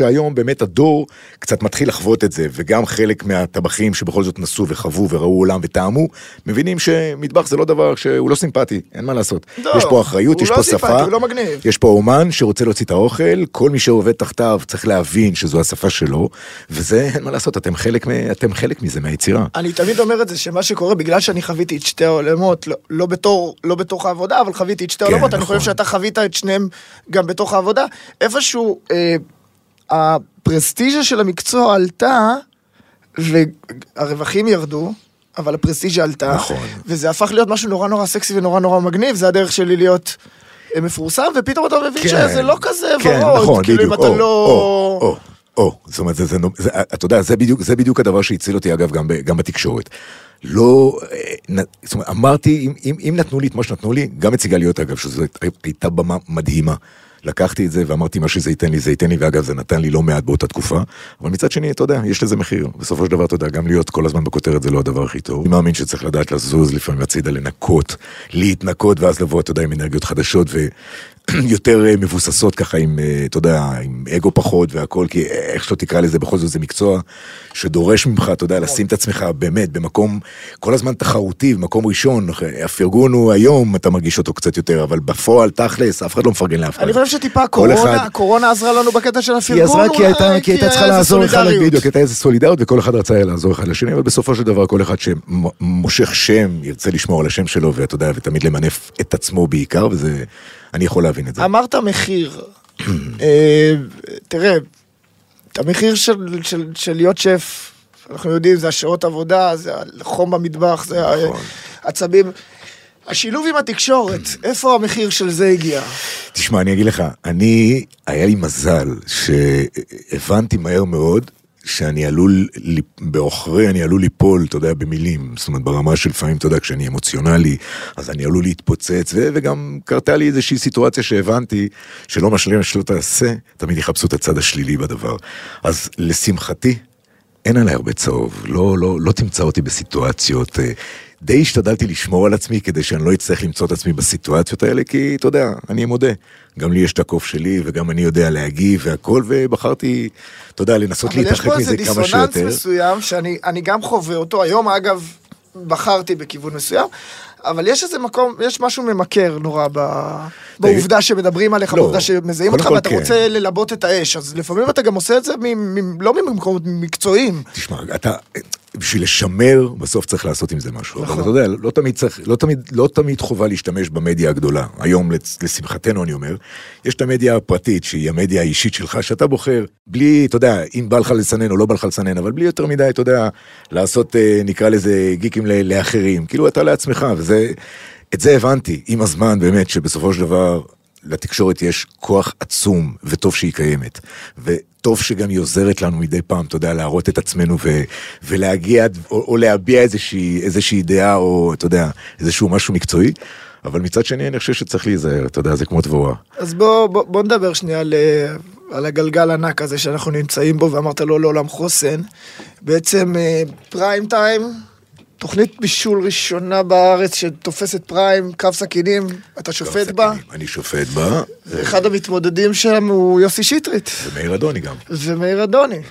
שהיום באמת הדור קצת מתחיל לחוות את זה, וגם חלק מהטבחים שבכל זאת נסו וחוו וראו עולם וטעמו, מבינים שמטבח זה לא דבר שהוא לא סימפטי, אין מה לעשות. לא, יש פה אחריות, יש לא פה סימפטי, שפה, הוא לא מגניב. יש פה אומן שרוצה להוציא את האוכל, כל מי שעובד תחתיו צריך להבין שזו השפה שלו, וזה אין מה לעשות, אתם חלק, אתם חלק מזה, מהיצירה. אני תמיד אומר את זה, שמה שקורה, בגלל שאני חוויתי את שתי העולמות, לא, לא בתור, לא בתוך העבודה, אבל חוויתי את שתי כן, העולמות, אני נכון. חושב שאתה חווית את שניהם גם בתוך העבודה. איפשהו, אה, הפרסטיג'ה של המקצוע עלתה, והרווחים ירדו, אבל הפרסטיג'ה עלתה, נכון. וזה הפך להיות משהו נורא נורא סקסי ונורא נורא מגניב, זה הדרך שלי להיות מפורסם, ופתאום אתה מבין כן, שזה לא כזה כן, ורוד, נכון, כאילו בדיוק, אם אתה או, לא... או, או, או, זאת אומרת, זה, זה, זה, אתה יודע, זה בדיוק, זה בדיוק הדבר שהציל אותי, אגב, גם, גם בתקשורת. לא, זאת אומרת, אמרתי, אם, אם, אם נתנו לי את מה שנתנו לי, גם את סיגליות, אגב, שזו הייתה במה מדהימה. לקחתי את זה ואמרתי, מה שזה ייתן לי, זה ייתן לי, ואגב, זה נתן לי לא מעט באותה תקופה, אבל מצד שני, אתה יודע, יש לזה מחיר. בסופו של דבר, אתה יודע, גם להיות כל הזמן בכותרת זה לא הדבר הכי טוב. אני מאמין שצריך לדעת לזוז, לפעמים הצידה לנקות, להתנקות, ואז לבוא, אתה יודע, עם אנרגיות חדשות, ויותר מבוססות ככה עם, אתה יודע, עם אגו פחות והכל, כי איך שלא תקרא לזה, בכל זאת זה מקצוע שדורש ממך, אתה יודע, לשים את עצמך באמת במקום, כל הזמן תחרותי, במקום ראשון, הפרגון הוא היום, אתה מרגיש אותו קצת יותר, אבל בפועל, תכלס, אף אחד לא מפרגן לאף אחד. אני חושב שטיפה קורונה, הקורונה עזרה לנו בקטע של הפרגון. היא עזרה כי הייתה, כי הייתה צריכה לעזור אחד בדיוק, הייתה איזה סולידריות, וכל אחד רצה לעזור אחד לשני, אבל בסופו של דבר, כל אחד שמושך שם, ירצה לשמור על השם שלו, ואתה יודע, ותמיד למנף את עצמו בעיקר, וזה, אני יכול להבין את זה. אמרת מחיר. תראה, המחיר של להיות שף, אנחנו יודעים, זה השעות עבודה, זה החום במטבח, זה העצבים. השילוב עם התקשורת, איפה המחיר של זה הגיע? תשמע, אני אגיד לך, אני, היה לי מזל שהבנתי מהר מאוד שאני עלול, באוכרי אני עלול ליפול, אתה יודע, במילים, זאת אומרת, ברמה של לפעמים, אתה יודע, כשאני אמוציונלי, אז אני עלול להתפוצץ, ו- וגם קרתה לי איזושהי סיטואציה שהבנתי, שלא משלים שלא תעשה, תמיד יחפשו את הצד השלילי בדבר. אז לשמחתי, אין עליי הרבה צהוב, לא, לא, לא תמצא אותי בסיטואציות, די השתדלתי לשמור על עצמי, כדי שאני לא אצטרך למצוא את עצמי בסיטואציות האלה, כי אתה יודע, אני מודה, גם לי יש את הקוף שלי, וגם אני יודע להגיב והכל, ובחרתי, אתה יודע, לנסות להתרחק מזה כמה שיותר. אבל יש פה איזה דיסוננס מסוים, שאני אני גם חווה אותו, היום אגב, בחרתי בכיוון מסוים, אבל יש איזה מקום, יש משהו ממכר נורא בעובדה שמדברים עליך, בעובדה שמזהים אותך, ואתה רוצה ללבות את האש, אז לפעמים אתה גם עושה את זה לא ממקומות מקצועיים. תשמע, אתה, בשביל לשמר, בסוף צריך לעשות עם זה משהו. אבל אתה יודע, לא תמיד צריך, לא תמיד, לא תמיד חובה להשתמש במדיה הגדולה. היום, לשמחתנו, אני אומר, יש את המדיה הפרטית, שהיא המדיה האישית שלך, שאתה בוחר, בלי, אתה יודע, אם בא לך לסנן או לא בא לך לסנן, אבל בלי יותר מדי, אתה יודע, לעשות, נקרא לזה, גיקים לאחרים. כאילו, אתה לעצמך, וזה, את זה הבנתי, עם הזמן, באמת, שבסופו של דבר, לתקשורת יש כוח עצום, וטוב שהיא קיימת. וטוב שגם היא עוזרת לנו מדי פעם, אתה יודע, להראות את עצמנו, ו- ולהגיע, או, או להביע איזושהי, איזושהי דעה, או, אתה יודע, איזשהו משהו מקצועי. אבל מצד שני, אני חושב שצריך להיזהר, אתה יודע, זה כמו תבואה. אז בוא, בוא, בוא נדבר שנייה על, על הגלגל ענק הזה שאנחנו נמצאים בו, ואמרת לו לעולם חוסן. בעצם, פריים טיים, תוכנית בישול ראשונה בארץ שתופסת פריים, קו סכינים, אתה שופט בה? אני שופט בה. אחד המתמודדים שם הוא יוסי שטרית. ומאיר אדוני גם. ומאיר אדוני.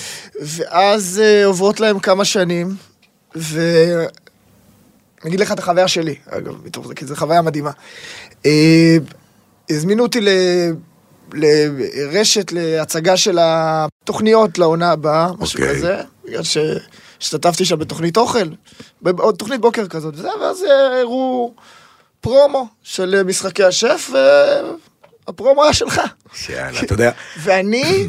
ואז עוברות להם כמה שנים, ואני אגיד לך את החוויה שלי, אגב, כי זו חוויה מדהימה. הזמינו אותי לרשת, להצגה של התוכניות לעונה הבאה, משהו כזה, בגלל ש... השתתפתי שם בתוכנית אוכל, עוד תוכנית בוקר כזאת, וזה, ואז הראו פרומו של משחקי השף, והפרומו היה שלך. שיאללה, אתה יודע. ואני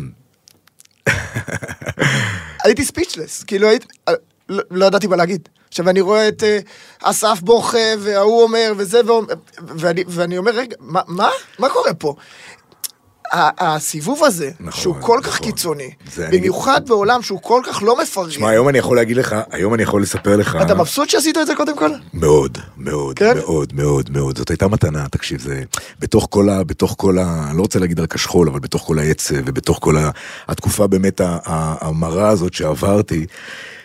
הייתי ספיצ'לס, כאילו הייתי, לא, לא ידעתי מה להגיד. עכשיו אני רואה את אסף בוכה, והוא אומר, וזה, ואני, ואני אומר, רגע, מה, מה? מה קורה פה? הסיבוב הזה, נכון, שהוא כל נכון. כך קיצוני, במיוחד אני... בעולם שהוא כל כך לא מפרגן. תשמע, היום אני יכול להגיד לך, היום אני יכול לספר לך... אתה מבסוט שעשית את זה קודם כל? מאוד, מאוד, כן? מאוד, מאוד, מאוד. זאת הייתה מתנה, תקשיב, זה... בתוך כל ה... בתוך כל ה... אני לא רוצה להגיד רק השכול, אבל בתוך כל העצב, ובתוך כל ה... התקופה באמת המרה הזאת שעברתי,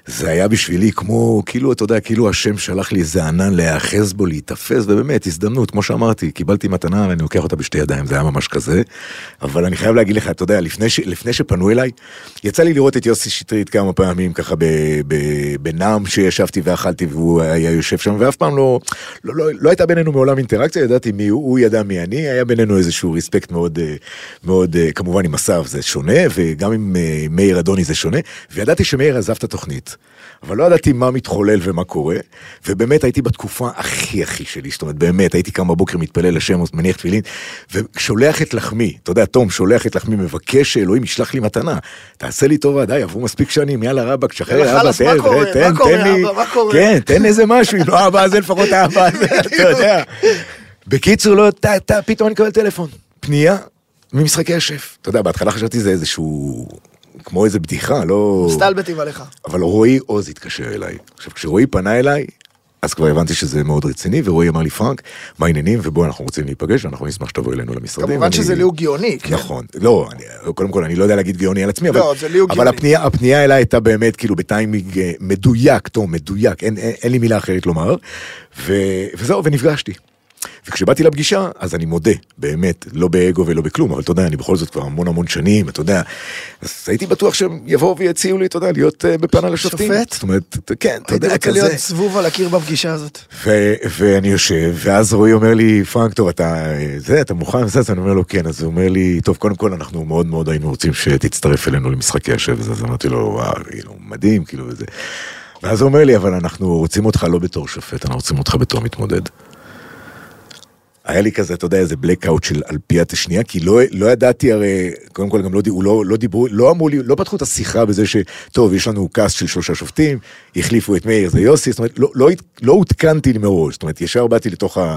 זה היה בשבילי כמו, כאילו, אתה יודע, כאילו השם שלח לי איזה ענן להיאחז בו, להתאפס, ובאמת, הזדמנות, כמו שאמרתי, קיבלתי מתנה, ואני לוקח אותה בשתי ידיים, זה היה ממש כזה, אבל אני חייב להגיד לך, אתה יודע, לפני, ש, לפני שפנו אליי, יצא לי לראות את יוסי שטרית כמה פעמים, ככה בנעם שישבתי ואכלתי, והוא היה יושב שם, ואף פעם לא, לא, לא, לא הייתה בינינו מעולם אינטראקציה, ידעתי מי הוא, הוא ידע מי אני, היה בינינו איזשהו ריספקט מאוד, מאוד, כמובן עם אסף זה שונה, וגם עם מאיר אדוני זה שונה, וידעתי שמאיר עזב את התוכנית, אבל לא ידעתי מה מתחולל ומה קורה, ובאמת הייתי בתקופה הכי הכי שלי, זאת אומרת, באמת, הייתי כמה בוקר מתפלל לשם, מניח תפילין, ושולח את לחמי, אתה יודע, תום, שולח את לחמי, מבקש שאלוהים ישלח לי מתנה, תעשה לי טובה, די, עברו מספיק שנים, יאללה רבק, שחרר, אבא, תן, תן לי, כן, תן איזה משהו, אם לא אבא הזה, לפחות האבא הזה, אתה יודע. בקיצור, לא, פתאום אני קבל טלפון, פנייה ממשחקי השף, אתה יודע, בהתחלה חשבתי זה איזשהו כמו איזה בדיחה, לא... מסתלבטים עליך. אבל רועי עוז התקשר אליי. עכשיו, כשרועי פנה אליי, אז כבר הבנתי שזה מאוד רציני, ורועי אמר לי, פרנק, מה העניינים, ובוא, אנחנו רוצים להיפגש, ואנחנו נשמח שתבוא אלינו למשרדים. כמובן שזה ליהוק גאוני, כן. נכון. לא, קודם כל, אני לא יודע להגיד גאוני על עצמי, אבל הפנייה, הפנייה אליי הייתה באמת, כאילו, בטיימינג מדויק, טוב, מדויק, אין לי מילה אחרת לומר, וזהו, ונפגשתי. וכשבאתי לפגישה, אז אני מודה, באמת, לא באגו ולא בכלום, אבל אתה יודע, אני בכל זאת כבר המון המון שנים, אתה יודע, אז הייתי בטוח שהם יבואו ויציעו לי, אתה יודע, להיות בפן על השופטים. שופט? זאת אומרת, כן, אתה יודע, כזה. הייתי רוצה להיות סבוב על הקיר בפגישה הזאת. ואני יושב, ואז רועי אומר לי, פרנק, טוב, אתה, זה, אתה מוכן? אז אני אומר לו, כן, אז הוא אומר לי, טוב, קודם כל, אנחנו מאוד מאוד היינו רוצים שתצטרף אלינו למשחקי השב, אז אמרתי לו, וואו, מדהים, כאילו, וזה. ואז הוא אומר לי, אבל אנחנו רוצים אותך לא בתור שופט, אנחנו רוצים אותך בתור מתמודד. היה לי כזה, אתה יודע, איזה בלקאוט של אלפיית השנייה, כי לא, לא ידעתי הרי, קודם כל גם לא, לא, לא דיברו, לא אמרו לי, לא פתחו את השיחה בזה שטוב, יש לנו קאסט של שלושה שופטים, החליפו את מאיר, זה יוסי, זאת אומרת, לא, לא, לא הותקנתי לי מראש, זאת אומרת, ישר באתי לתוך ה...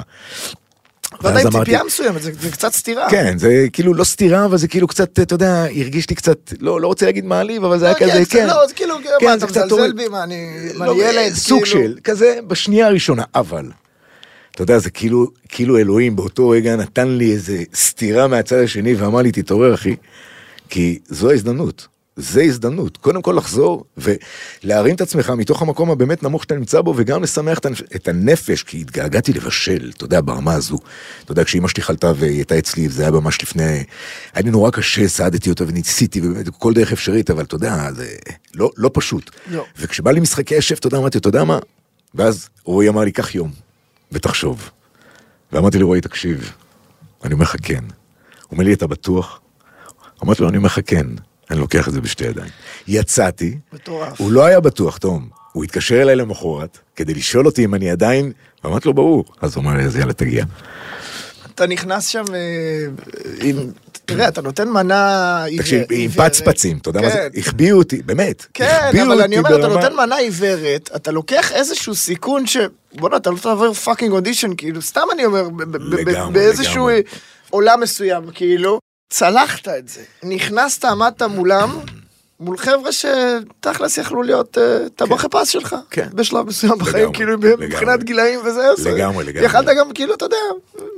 ועדה עם ציפייה מסוימת, זה, זה קצת סתירה. כן, זה כאילו לא סתירה, אבל זה כאילו קצת, אתה יודע, הרגיש לי קצת, לא, לא רוצה להגיד מעליב, אבל זה היה כזה, כן. לא, זה כאילו, מה, אתה מזלזל בי, מה, אני ילד, סוג של, כזה, בשנייה הראשונה, אבל... אתה יודע, זה כאילו, כאילו אלוהים באותו רגע נתן לי איזה סתירה מהצד השני ואמר לי, תתעורר אחי, כי זו ההזדמנות, זו הזדמנות, קודם כל לחזור ולהרים את עצמך מתוך המקום הבאמת נמוך שאתה נמצא בו, וגם לשמח את הנפש, כי התגעגעתי לבשל, אתה יודע, ברמה הזו, אתה יודע, כשאמא שלי חלתה והיא הייתה אצלי, זה היה ממש לפני, היה לי נורא קשה, סעדתי אותה וניסיתי, כל דרך אפשרית, אבל אתה יודע, זה לא, לא פשוט. לא. וכשבא לי משחקי השף, אתה יודע, אמרתי, אתה יודע מה? ואז רועי אמר לי, קח יום. ותחשוב. ואמרתי לי, רועי, תקשיב, אני אומר לך כן. הוא אומר לי, אתה בטוח? אמרתי לו, אני אומר לך כן, אני לוקח את זה בשתי ידיים. יצאתי, בטורף. הוא לא היה בטוח, תום, הוא התקשר אליי למחרת, כדי לשאול אותי אם אני עדיין, ואמרתי לו, ברור, אז הוא אומר לי, אז יאללה, תגיע. אתה נכנס שם עם... תראה, אתה נותן מנה... תקשיב, עם פצפצים, אתה יודע מה זה? הכביאו אותי, באמת. כן, אבל אני אומר, אתה נותן מנה עיוורת, אתה לוקח איזשהו סיכון ש... בוא'נה, אתה לא תעבור פאקינג אודישן, כאילו, סתם אני אומר, באיזשהו עולם מסוים, כאילו, צלחת את זה. נכנסת, עמדת מולם, מול חבר'ה שתכלס יכלו להיות טבח הפס שלך, בשלב מסוים בחיים, כאילו, מבחינת גילאים וזה, לגמרי, לגמרי. יכלת גם, כאילו, אתה יודע,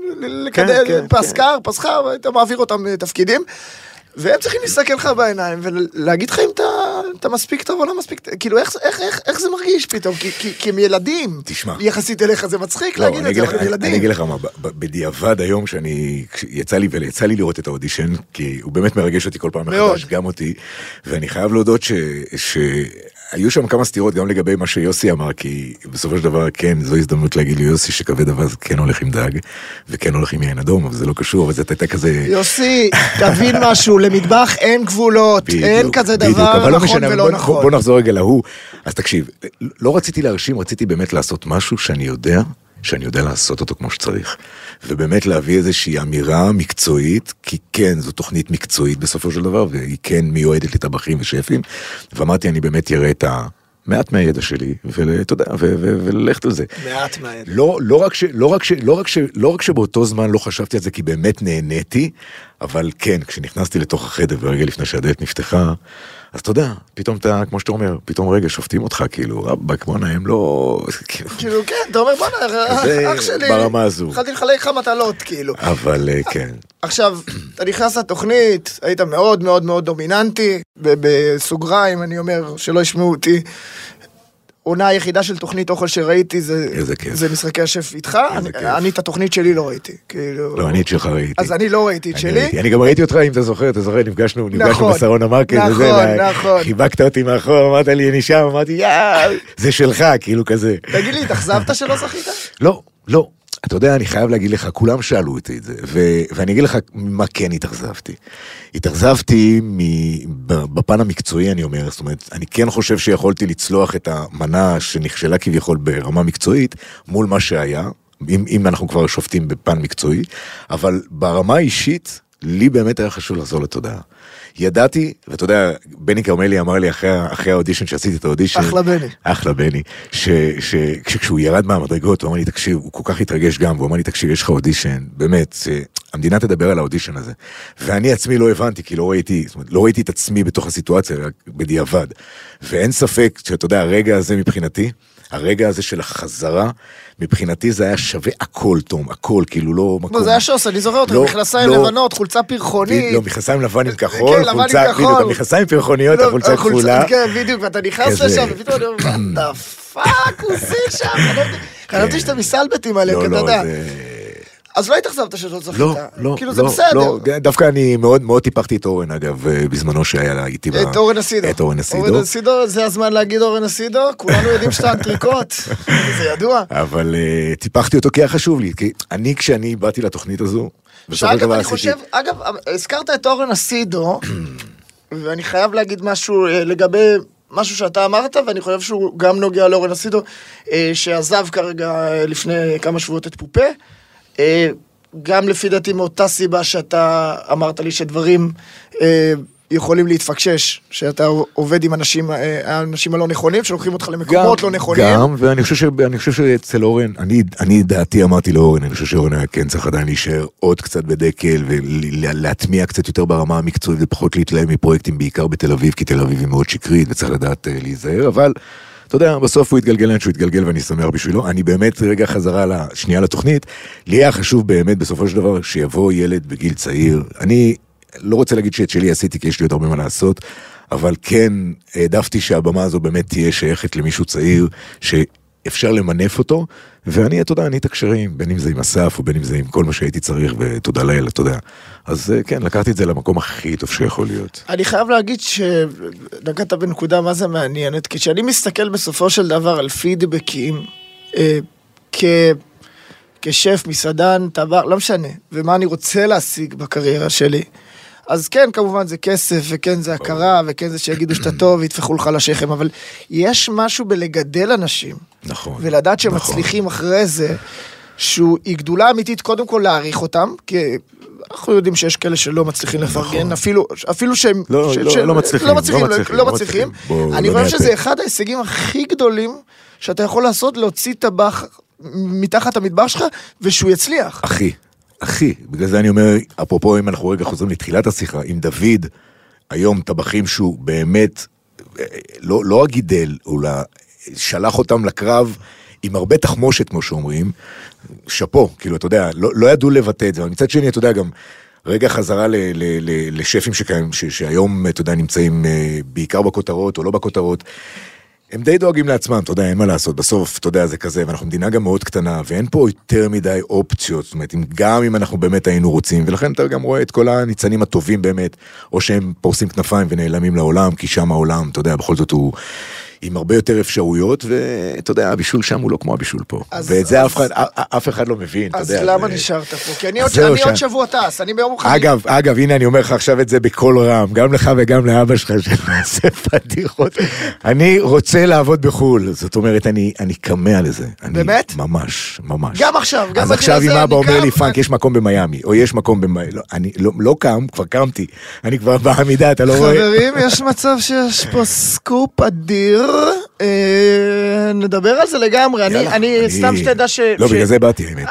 לקדם פסקר, פסחר, והיית מעביר אותם תפקידים, והם צריכים להסתכל לך בעיניים, ולהגיד לך אם אתה מספיק טוב או לא מספיק טוב, כאילו, איך זה מרגיש פתאום? כי הם ילדים, יחסית אליך זה מצחיק להגיד את זה, אבל הם ילדים. אני אגיד לך מה, בדיעבד היום שאני, יצא לי ויצא לי לראות את האודישן, כי הוא באמת מרגש אותי כל פעם מחדש, גם אותי, ואני חייב להודות ש... היו שם כמה סתירות גם לגבי מה שיוסי אמר, כי בסופו של דבר, כן, זו הזדמנות להגיד לי, יוסי, שכבד אבז כן הולך עם דג, וכן הולך עם יין אדום, אבל זה לא קשור, אבל זה הייתה כזה... יוסי, תבין משהו, למטבח אין גבולות, אין כזה דבר נכון ולא נכון. בוא נחזור רגע להוא. אז תקשיב, לא רציתי להרשים, רציתי באמת לעשות משהו שאני יודע, שאני יודע לעשות אותו כמו שצריך. ובאמת להביא איזושהי אמירה מקצועית, כי כן, זו תוכנית מקצועית בסופו של דבר, והיא כן מיועדת לטבחים ושפים, ואמרתי, אני באמת יראה את המעט מהידע שלי, ואתה יודע, וללכת על זה. מעט מהידע. לא, לא רק ש, לא רק ש, לא רק ש, לא רק שבאותו זמן לא חשבתי על זה, כי באמת נהניתי, אבל כן, כשנכנסתי לתוך החדר, ורגע לפני שהדלת נפתחה, אז אתה יודע, פתאום אתה, כמו שאתה אומר, פתאום רגע שופטים אותך, כאילו, רבק, בוא'נה, הם לא... כאילו, כן, אתה אומר, בוא'נה, אח שלי, ברמה הזו. התחלתי לחלק לך מטלות, כאילו. אבל, כן. עכשיו, אתה נכנס לתוכנית, היית מאוד מאוד מאוד דומיננטי, בסוגריים, אני אומר, שלא ישמעו אותי, העונה היחידה של תוכנית אוכל שראיתי, זה, זה משחקי השף איתך, אני, אני את התוכנית שלי לא ראיתי. כאילו... לא, אני את שלך ראיתי. אז אני לא ראיתי את שלי. ראיתי. אני גם ראיתי אותך, אם אתה זוכר, אתה זוכר, נפגשנו, נפגשנו נכון, בסרון המרקט, נכון, וזה, נכון. חיבקת אותי מאחור, אמרת לי, אני שם, אמרתי, יאו, זה שלך, כאילו כזה. תגיד לי, התאכזבת שלא זכית? לא, לא. אתה יודע, אני חייב להגיד לך, כולם שאלו אותי את זה, ו- ואני אגיד לך מה כן התאכזבתי. התאכזבתי בפן המקצועי, אני אומר, זאת אומרת, אני כן חושב שיכולתי לצלוח את המנה שנכשלה כביכול ברמה מקצועית, מול מה שהיה, אם, אם אנחנו כבר שופטים בפן מקצועי, אבל ברמה האישית, לי באמת היה חשוב לחזור לתודעה. ידעתי, ואתה יודע, בני קרמלי אמר לי אחרי, אחרי האודישן שעשיתי את האודישן, אחלה בני. אחלה בני, שכשהוא ירד מהמדרגות, הוא אמר לי, תקשיב, הוא כל כך התרגש גם, והוא אמר לי, תקשיב, יש לך אודישן, באמת, המדינה תדבר על האודישן הזה. ואני עצמי לא הבנתי, כי לא ראיתי, זאת אומרת, לא ראיתי את עצמי בתוך הסיטואציה, רק בדיעבד. ואין ספק שאתה יודע, הרגע הזה מבחינתי, הרגע הזה של החזרה, מבחינתי זה היה שווה הכל, תום, הכל, כאילו לא מקום. זה היה שוס, אני זוכר אותך, מכנסיים לבנות, חולצה פרחונית. לא, מכנסיים לבן עם כחול, חולצה, בדיוק, מכנסיים פרחוניות, החולצה כחולה. כן, בדיוק, ואתה נכנס לשם, ופתאום אני אומר, מה דה פאק, הוא עושה שם? חשבתי שאתה מסלבטים עליהם, אתה יודע. אז לא התאכזבת שלא זכית. לא, לא, כאילו זה בסדר. דווקא אני מאוד מאוד טיפחתי את אורן, אגב, בזמנו שהיה לה איתי. את אורן אסידו. את אורן אסידו. אורן אסידו, זה הזמן להגיד אורן אסידו, כולנו יודעים שאתה אנטריקוט, זה ידוע. אבל טיפחתי אותו כי היה חשוב לי, כי אני כשאני באתי לתוכנית הזו, שאגב, אני חושב, אגב, הזכרת את אורן אסידו, ואני חייב להגיד משהו לגבי משהו שאתה אמרת, ואני חושב שהוא גם נוגע לאורן אסידו, שעזב כרגע לפני כמה שבועות את פופה, גם לפי דעתי מאותה סיבה שאתה אמרת לי שדברים יכולים להתפקשש, שאתה עובד עם אנשים, האנשים הלא נכונים, שלוקחים אותך למקומות לא נכונים. גם, ואני חושב, שאני חושב שאצל אורן, אני, אני דעתי אמרתי לאורן, אני חושב שאורן היה כן צריך עדיין להישאר עוד קצת בדקל, ולהטמיע קצת יותר ברמה המקצועית, ופחות להתלהם מפרויקטים בעיקר בתל אביב, כי תל אביב היא מאוד שקרית, וצריך לדעת להיזהר, אבל אתה יודע, בסוף הוא התגלגל לאן שהוא התגלגל, ואני שמח בשבילו. אני באמת רגע חזרה לשנייה לתוכנית, לי היה חשוב באמת בסופו של דבר שיבוא ילד בגיל צעיר. אני לא רוצה להגיד שאת שלי עשיתי, כי יש לי עוד הרבה מה לעשות, אבל כן העדפתי שהבמה הזו באמת תהיה שייכת למישהו צעיר, שאפשר למנף אותו, ואני, אתה יודע, אני את הקשרים, בין אם זה עם אסף, או בין אם זה עם כל מה שהייתי צריך, ותודה לאל, אתה יודע. אז כן, לקחתי את זה למקום הכי טוב שיכול להיות. אני חייב להגיד שנגעת בנקודה מה זה מעניינת, כי כשאני מסתכל בסופו של דבר על פידבקים, אה, כ... כשף, מסעדן, טבח, לא משנה, ומה אני רוצה להשיג בקריירה שלי, אז כן, כמובן זה כסף, וכן זה הכרה, וכן זה שיגידו שאתה טוב, ויתפחו לך לשכם, אבל יש משהו בלגדל אנשים, נכון, ולדעת שהם נכון. מצליחים אחרי זה, שהיא גדולה אמיתית, קודם כל להעריך אותם, כי אנחנו יודעים שיש כאלה שלא מצליחים לפרגן, אפילו, אפילו שהם... לא, ש, לא, ש, לא מצליחים, לא מצליחים, לא מצליחים. לא מצליחים. אני חושב שזה אחד ההישגים הכי גדולים, שאתה יכול לעשות, להוציא טבח מתחת המטבח שלך, ושהוא יצליח. אחי, אחי, בגלל זה אני אומר, אפרופו אם אנחנו רגע חוזרים לתחילת השיחה, עם דוד, היום טבחים שהוא באמת, לא, לא הגידל, אולי שלח אותם לקרב, עם הרבה תחמושת, כמו שאומרים, שפו, כאילו, אתה יודע, לא, לא ידעו לבטא את זה, אבל מצד שני, אתה יודע, גם רגע חזרה ל, ל, ל, לשפים שקיים, ש, שהיום, אתה יודע, נמצאים בעיקר בכותרות, או לא בכותרות, הם די דואגים לעצמם, אתה יודע, אין מה לעשות, בסוף, אתה יודע, זה כזה, ואנחנו מדינה גם מאוד קטנה, ואין פה יותר מדי אופציות, זאת אומרת, גם אם אנחנו באמת היינו רוצים, ולכן אתה גם רואה את כל הניצנים הטובים באמת, או שהם פורסים כנפיים ונעלמים לעולם, כי שם העולם, אתה יודע, בכל זאת הוא עם הרבה יותר אפשרויות, ואתה יודע, הבישול שם הוא לא כמו הבישול פה. ואת זה אף אחד לא מבין, אתה יודע. אז למה נשארת פה? כי אני עוד שבוע טס, אני ביום חמישי. אגב, אגב, הנה אני אומר לך עכשיו את זה בקול רם, גם לך וגם לאבא שלך, שנעשה פדיחות. אני רוצה לעבוד בחול, זאת אומרת, אני קמה לזה. באמת? ממש, ממש. גם עכשיו, גם אז עכשיו אם אבא אומר לי, פאנק, יש מקום במיימי, או יש מקום במיימי, אני לא קם, כבר קמתי, אני כבר בעמידה, אתה לא רואה? חברים, יש מצב שיש פה סקופ אדיר, נדבר על זה לגמרי, אני סתם שתדע ש... לא, בגלל זה באתי, האמת.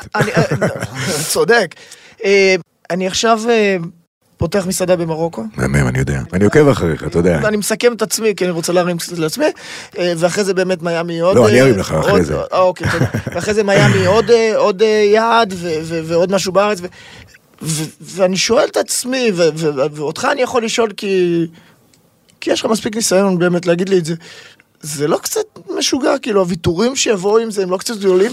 צודק. אני עכשיו פותח מסעדה במרוקו. מהמם, אני יודע. אני עוקב אחריך, אתה יודע. ואני מסכם את עצמי, כי אני רוצה להרים קצת לעצמי, ואחרי זה באמת מיאמי עוד... לא, אני ארים לך אחרי זה. אוקיי, תודה. ואחרי זה מיאמי עוד יעד, ועוד משהו בארץ, ואני שואל את עצמי, ואותך אני יכול לשאול כי... כי יש לך מספיק ניסיון באמת להגיד לי את זה. זה לא קצת משוגע, כאילו, הוויתורים שיבואו עם זה, הם לא קצת גדולים?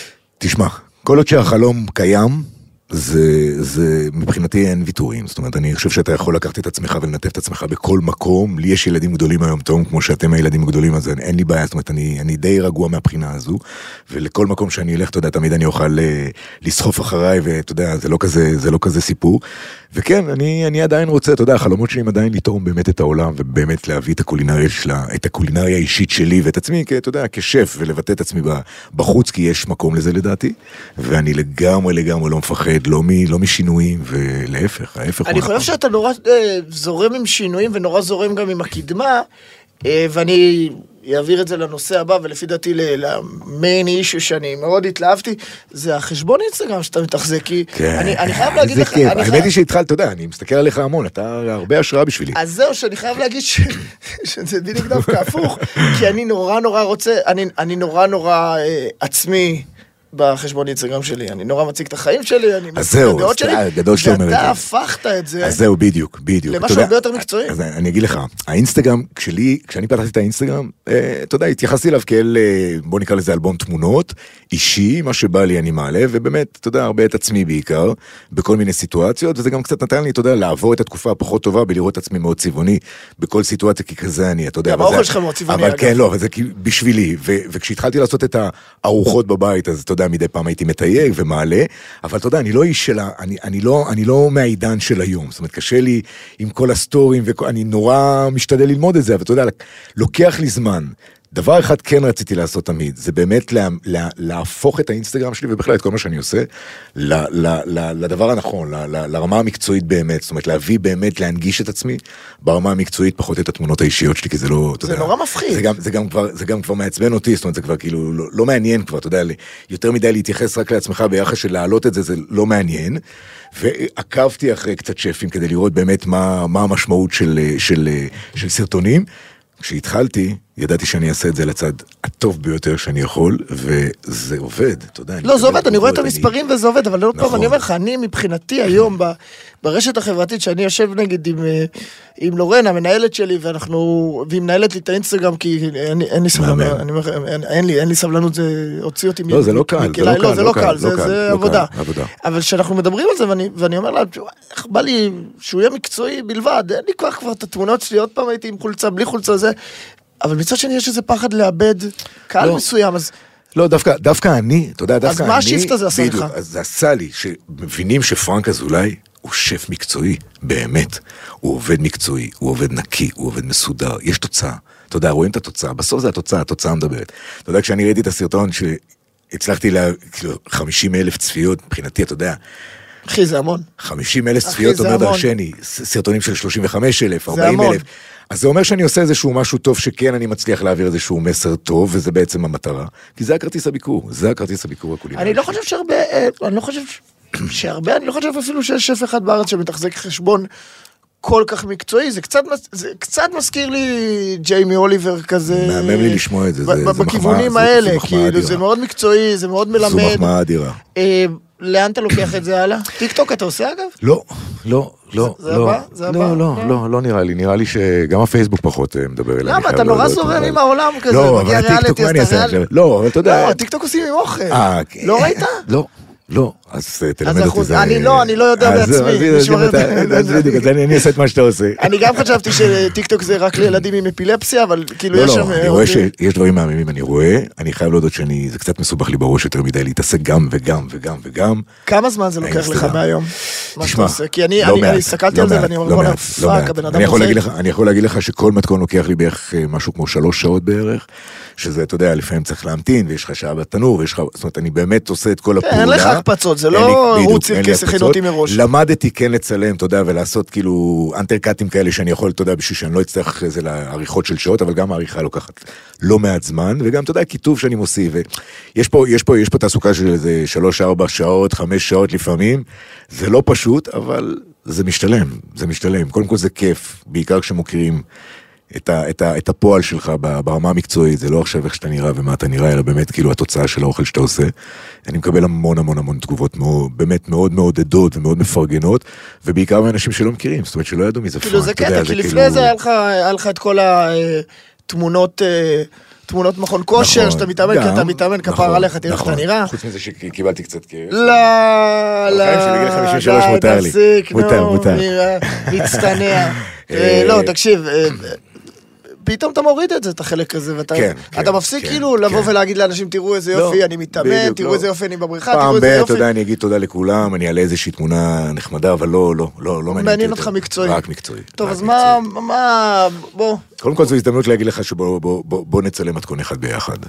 תשמע, כל עוד שהחלום קיים, זה, זה, מבחינתי אין ויתורים, זאת אומרת, אני חושב שאתה יכול לקחת את עצמך ולנתף את עצמך בכל מקום, לי יש ילדים גדולים היום, תום, כמו שאתם הילדים הגדולים, אז אין לי בעיה, זאת אומרת, אני, אני די רגוע מהבחינה הזו, ולכל מקום שאני אלך, אתה יודע, תמיד אני אוכל לסחוף אחריי, ואתה יודע, זה לא כזה, זה לא כזה סיפור, וכן, אני, אני עדיין רוצה, אתה יודע, החלומות שלי הם עדיין לתרום באמת את העולם, ובאמת להביא את הקולינריה שלה, את הקולינריה האישית שלי, ואת עצמי, אתה יודע, כשף, ולבטא את עצמי בחוץ, כי יש מקום לזה לדעתי, ואני לגמרי, לגמרי לא מפחד, לא, מ, לא משינויים, ולהפך, ההפך. אני חושב שאתה נורא אה, זורם עם שינויים, ונורא זורם גם עם הקדמה, אה, ואני אעביר את זה לנושא הבא, ולפי דעתי למיין אישו שאני מאוד התלהבתי, זה החשבון אינסטגרם שאתה מתחזק, כי כן, אני, אני חייב להגיד לך... האמת חייב... היא שהתחלת, אתה יודע, אני מסתכל עליך המון, אתה הרבה השראה בשבילי. אז זהו, שאני חייב להגיד ש... שזה בדיוק דווקא הפוך, כי אני נורא נורא רוצה, אני, אני נורא נורא אה, עצמי, בחשבון אינסטגרם שלי, אני נורא מציג את החיים שלי, אני מציג את הדעות שלי, ואתה הפכת את זה. אז זהו, בדיוק, בדיוק. למשהו הרבה יותר מקצועי. אז אני אגיד לך, האינסטגרם, כשאני פתחתי את האינסטגרם, אתה יודע, התייחסתי אליו כאל, בוא נקרא לזה אלבום תמונות, אישי, מה שבא לי אני מעלה, ובאמת, אתה יודע, הרבה את עצמי בעיקר, בכל מיני סיטואציות, וזה גם קצת נתן לי, אתה יודע, לעבור את התקופה הפחות טובה, בלראות את עצמי מאוד צבעוני, בכל סיטואציה, כי כזה אני, אתה יודע. גם האוכל שלך מאוד צבעוני, אבל כן, לא, זה בשבילי, וכשהתחלתי לעשות את הארוחות בבית, אז אתה יודע, מדי פעם הייתי מתייג ומעלה, אבל אתה יודע, אני לא איש שלה, אני, אני לא, אני לא מהעידן של היום, זאת אומרת, קשה לי עם כל הסטורים, ואני נורא משתדל ללמוד את זה, אבל אתה יודע, לוקח לי זמן. דבר אחד כן רציתי לעשות תמיד, זה באמת לה, לה, להפוך את האינסטגרם שלי, ובכלל את כל מה שאני עושה, ל, ל, ל, לדבר הנכון, ל, ל, לרמה המקצועית באמת, זאת אומרת, להביא באמת, להנגיש את עצמי, ברמה המקצועית, פחות את התמונות האישיות שלי, כי זה לא, זה נורא מפחיד. זה גם, זה גם כבר, זה גם כבר מעצבן אותי, זאת אומרת, זה כבר כאילו, לא, לא מעניין כבר, אתה יודע, יותר מדי להתייחס רק לעצמך ביחס של להעלות את זה, זה לא מעניין, ועקבתי אחרי קצת שפים, כדי לראות באמת מה, מה המשמעות של, של, של סרטונים. כשהתחלתי, ידעתי שאני אעשה את זה לצד הטוב ביותר שאני יכול, וזה עובד, אתה יודע. לא, זה עובד, אני רואה את המספרים וזה עובד, אבל לא פעם, אני אומר לך, אני מבחינתי היום, ברשת החברתית, שאני יושב נגיד עם לורן, המנהלת שלי, ואנחנו, והיא מנהלת לי את האינסטגרם, כי אין לי סבלנות, אין לי סבלנות, זה הוציא אותי. לא, זה לא קל, זה לא קל. לא, זה לא קל, זה עבודה. אבל כשאנחנו מדברים על זה, ואני אומר לה, איך בא לי שהוא יהיה מקצועי בלבד, אין לי כוח כבר את התמונות שלי, עוד פעם הייתי עם חולצה, בלי חולצה, זה אבל מצד שני יש איזה פחד לאבד קהל מסוים, אז... לא, דווקא, דווקא אני, אתה יודע, דווקא אני... אז מה השיפט הזה עשה לך? אז זה עשה לי, שמבינים שפרנק אזולאי הוא שף מקצועי, באמת. הוא עובד מקצועי, הוא עובד נקי, הוא עובד מסודר, יש תוצאה. אתה יודע, רואים את התוצאה, בסוף זה התוצאה, התוצאה מדברת. אתה יודע, כשאני ראיתי את הסרטון שהצלחתי לה, כאילו, חמישים אלף צפיות, מבחינתי, אתה יודע... אחי, זה המון. חמישים אלף צפיות, אומר דרשני, סרטונים של שלושים וחמישה אלף, ארבעים אלף. אז זה אומר שאני עושה איזשהו משהו טוב, שכן אני מצליח להעביר איזשהו מסר טוב, וזה בעצם המטרה. כי זה הכרטיס הביקור, זה הכרטיס הביקור הקולינרי. אני לא חושב שהרבה, אני לא חושב שהרבה, אני לא חושב אפילו שיש שף אחד בארץ שמתחזק חשבון כל כך מקצועי, זה קצת, זה קצת מזכיר לי ג'יימי אוליבר כזה. מהמם לי לשמוע את זה, זה בכיוונים האלה, כאילו זה מאוד מקצועי, זה מאוד מלמד. זו מחמאה אדירה. לאן אתה לוקח את זה הלאה? טיק טוק אתה עושה אגב? לא, לא, לא. זה הבא? זה הבא? לא, לא, לא, לא נראה לי. נראה לי שגם הפייסבוק פחות מדבר אליי. למה? אתה נורא זורם עם העולם כזה. לא, אבל הטיק טוק מה אני אעשה עכשיו? לא, אבל אתה יודע. לא, טיק טוק עושים עם אוכל. לא ראית? לא. לא, אז תלמד אותי זה. אני לא, אני לא יודע בעצמי. אז אני אעשה את מה שאתה עושה. אני גם חשבתי שטיקטוק זה רק לילדים עם אפילפסיה, אבל כאילו יש שם... לא, אני רואה שיש דברים מהממים, אני רואה, אני חייב להודות שאני, זה קצת מסובך לי בראש יותר מדי, להתעסק גם וגם וגם וגם. כמה זמן זה לוקח לך מהיום? תשמע, כי אני הסתכלתי על זה ואני אומר, בוא נפק, הבן אדם עושה. אני יכול להגיד לך שכל מתכון לוקח לי בערך משהו כמו שלוש שעות בערך, שזה, אתה יודע, לפעמים צריך להמתין, ויש לך שעה בתנור, ויש לך, זאת אומרת, אני באמת עושה את כל הפעולה. אין לך הקפצות, זה לא רוץ עם כסף חינותי מראש. למדתי כן לצלם, אתה יודע, ולעשות כאילו אנטרקטים כאלה שאני יכול, אתה יודע, בשביל שאני לא אצטרך איזה לעריכות של שעות, אבל גם העריכה לוקחת לא מעט זמן, וגם, אתה יודע, כיתוב שאני מוסיף, ויש פה, יש פה, יש פה תעסוקה של איזה שלוש, ארבע שעות, חמש שעות לפעמים, זה לא פשוט, אבל זה משתלם, זה משתלם. קודם כל זה כיף, בעיקר כשמוכרים את, ה, את, ה, את הפועל שלך ברמה המקצועית, זה לא עכשיו איך שאתה נראה ומה אתה נראה, אלא באמת כאילו התוצאה של האוכל שאתה עושה. אני מקבל המון המון המון תגובות מאוד, באמת מאוד מאוד עדות ומאוד מפרגנות, ובעיקר מאנשים שלא מכירים, זאת אומרת שלא ידעו מי זה פרנק. כאילו זה קטע, כי לפני זה היה לך את כל תמונות... תמונות מכון כושר, שאתה מתאמן, כי אתה מתאמן כפר עליך, תראה איך אתה נראה. חוץ מזה שקיבלתי קצת כאב. לא, לא, חמישים ושלוש מותר לי. מותר, מותר. מצטנע. לא, תקשיב, פתאום אתה מוריד את זה, את החלק הזה, ואתה מפסיק כאילו לבוא ולהגיד לאנשים, תראו איזה יופי, אני מתאמן, תראו איזה יופי, אני בבריכה, תראו איזה יופי. פעם ב, אתה יודע, אני אגיד תודה לכולם, אני אעלה איזושהי תמונה נחמדה, אבל לא, לא, לא, לא מעניין אותך מקצועי. רק מקצועי. טוב, אז מה, מה, בוא. קודם כל זו הזדמנות להגיד לך שבוא נצלם מתכון אחד ביחד.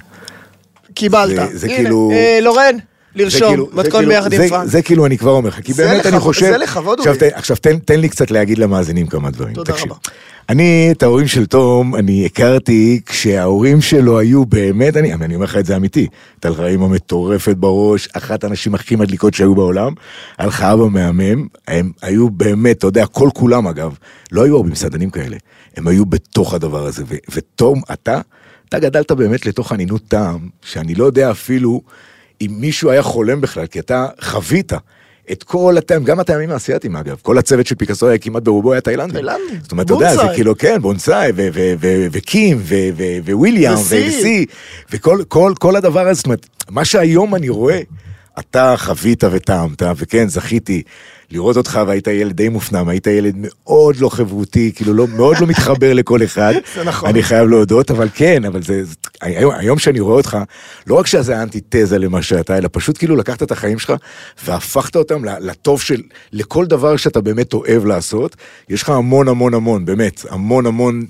קיבלת. זה כאילו... לורן. לרשום, מתכון ביחד עם פרנק. זה כאילו אני כבר אומר לך, כי באמת אני חושב... זה לכבוד אורי. עכשיו תן לי קצת להגיד למאזינים כמה דברים. תודה רבה. אני, את ההורים של תום, אני הכרתי כשההורים שלו היו באמת, אני, אני אומר לך את זה אמיתי, הייתה לך אימא מטורפת בראש, אחת האנשים הכי מדליקות שהיו בעולם, היה לך אבא מהמם, הם היו באמת, אתה יודע, כל כולם אגב, לא היו הרבה מסעדנים כאלה, הם היו בתוך הדבר הזה, ו, ותום, אתה, אתה גדלת באמת לתוך ענינות טעם, שאני לא יודע אפילו אם מישהו היה חולם בכלל, כי אתה חווית את כל הטעם, גם הטעמים האסייתיים אגב, כל הצוות של פיקאסו היה כמעט ברובו היה תאילנדי. תאילנדי. זאת אומרת, אתה יודע, זה כאילו, כן, בונסאי, וקים, וויליאם, וסי, וכל הדבר הזה, זאת אומרת, מה שהיום אני רואה, אתה חווית וטעמת, וכן, זכיתי לראות אותך, והיית ילד די מופנם, היית ילד מאוד לא חברותי, כאילו לא, מאוד לא מתחבר לכל אחד. זה נכון. אני חייב להודות, אבל כן, אבל זה, היום, היום שאני רואה אותך, לא רק שזה אנטיתזה למה שאתה, אלא פשוט כאילו לקחת את החיים שלך, והפכת אותם לטוב של, לכל דבר שאתה באמת אוהב לעשות, יש לך המון המון המון, באמת, המון המון,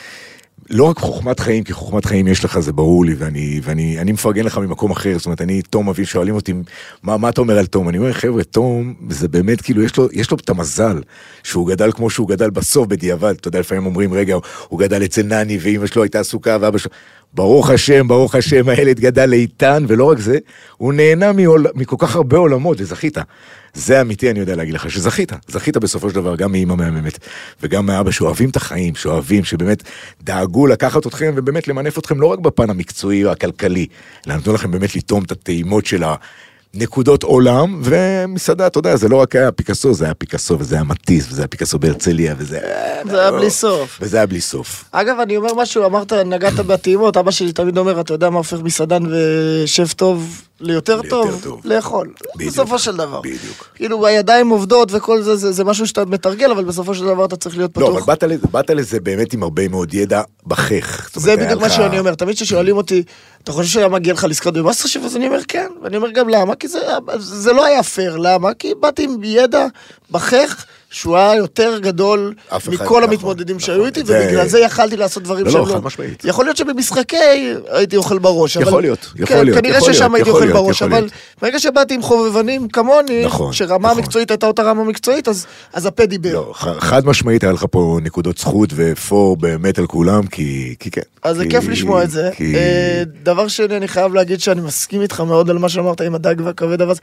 לא רק חוכמת חיים, כי חוכמת חיים יש לך, זה ברור לי, ואני, ואני, אני מפרגן לך ממקום אחר, זאת אומרת, אני, תום אביב, שואלים אותי, מה, מה אתה אומר על תום? אני אומר, חבר'ה, תום, זה באמת, כאילו, יש לו, יש לו את המזל, שהוא גדל כמו שהוא גדל בסוף בדיעבד, אתה יודע, לפעמים אומרים, רגע, הוא גדל אצל נני, ואמא שלו הייתה עסוקה, ואבא שלו, ברוך השם, ברוך השם, הילד גדל איתן, ולא רק זה, הוא נהנה מעול, מכל כך הרבה עולמות, וזכית. זה אמיתי, אני יודע להגיד לך, שזכית, זכית בסופו של דבר, גם מאמא מהממת, וגם מאבא שאוהבים את החיים, שאוהבים, שבאמת דאגו לקחת אתכם, ובאמת למנף אתכם לא רק בפן המקצועי או הכלכלי, אלא נתנו לכם באמת לטעום את הטעימות של הנקודות עולם, ומסעדה, אתה יודע, זה לא רק היה פיקאסו, זה היה פיקאסו, וזה היה מטיס, וזה היה פיקאסו בהרצליה, וזה זה היה בלי סוף. וזה היה בלי סוף. אגב, אני אומר משהו, אמרת, נגעת בטעימות, אבא שלי תמיד אומר, אתה יודע מה הופך מסעדן ושף טוב ליותר טוב? לאכול. בסופו של דבר. בדיוק. כאילו, הידיים עובדות וכל זה, זה משהו שאתה מתרגל, אבל בסופו של דבר אתה צריך להיות פתוח. לא, אבל באת לזה באמת עם הרבה מאוד ידע בכך. זה בדיוק מה שאני אומר, תמיד ששואלים אותי, אתה חושב שהיה מגיע לך לזכות במאסטר שף? אז אני אומר כן, ואני אומר גם למה, כי זה לא היה פייר, למה? כי באתי עם ידע בכך, שהוא היה יותר גדול מכל המתמודדים שהיו איתי, ובגלל זה יכלתי לעשות דברים שלא. יכול להיות שבמשחקי הייתי אוכל בראש. יכול להיות, יכול להיות. כנראה ששם הייתי אוכל בראש, אבל ברגע שבאתי עם חובבנים כמוני, שרמה המקצועית הייתה אותה רמה מקצועית, אז הפה דיבר. חד משמעית היה לך פה נקודות זכות ופור באמת על כולם, כי כן. אז זה כיף לשמוע את זה. דבר שני, אני חייב להגיד שאני מסכים איתך מאוד על מה שאמרת עם הדג והכבד, אבל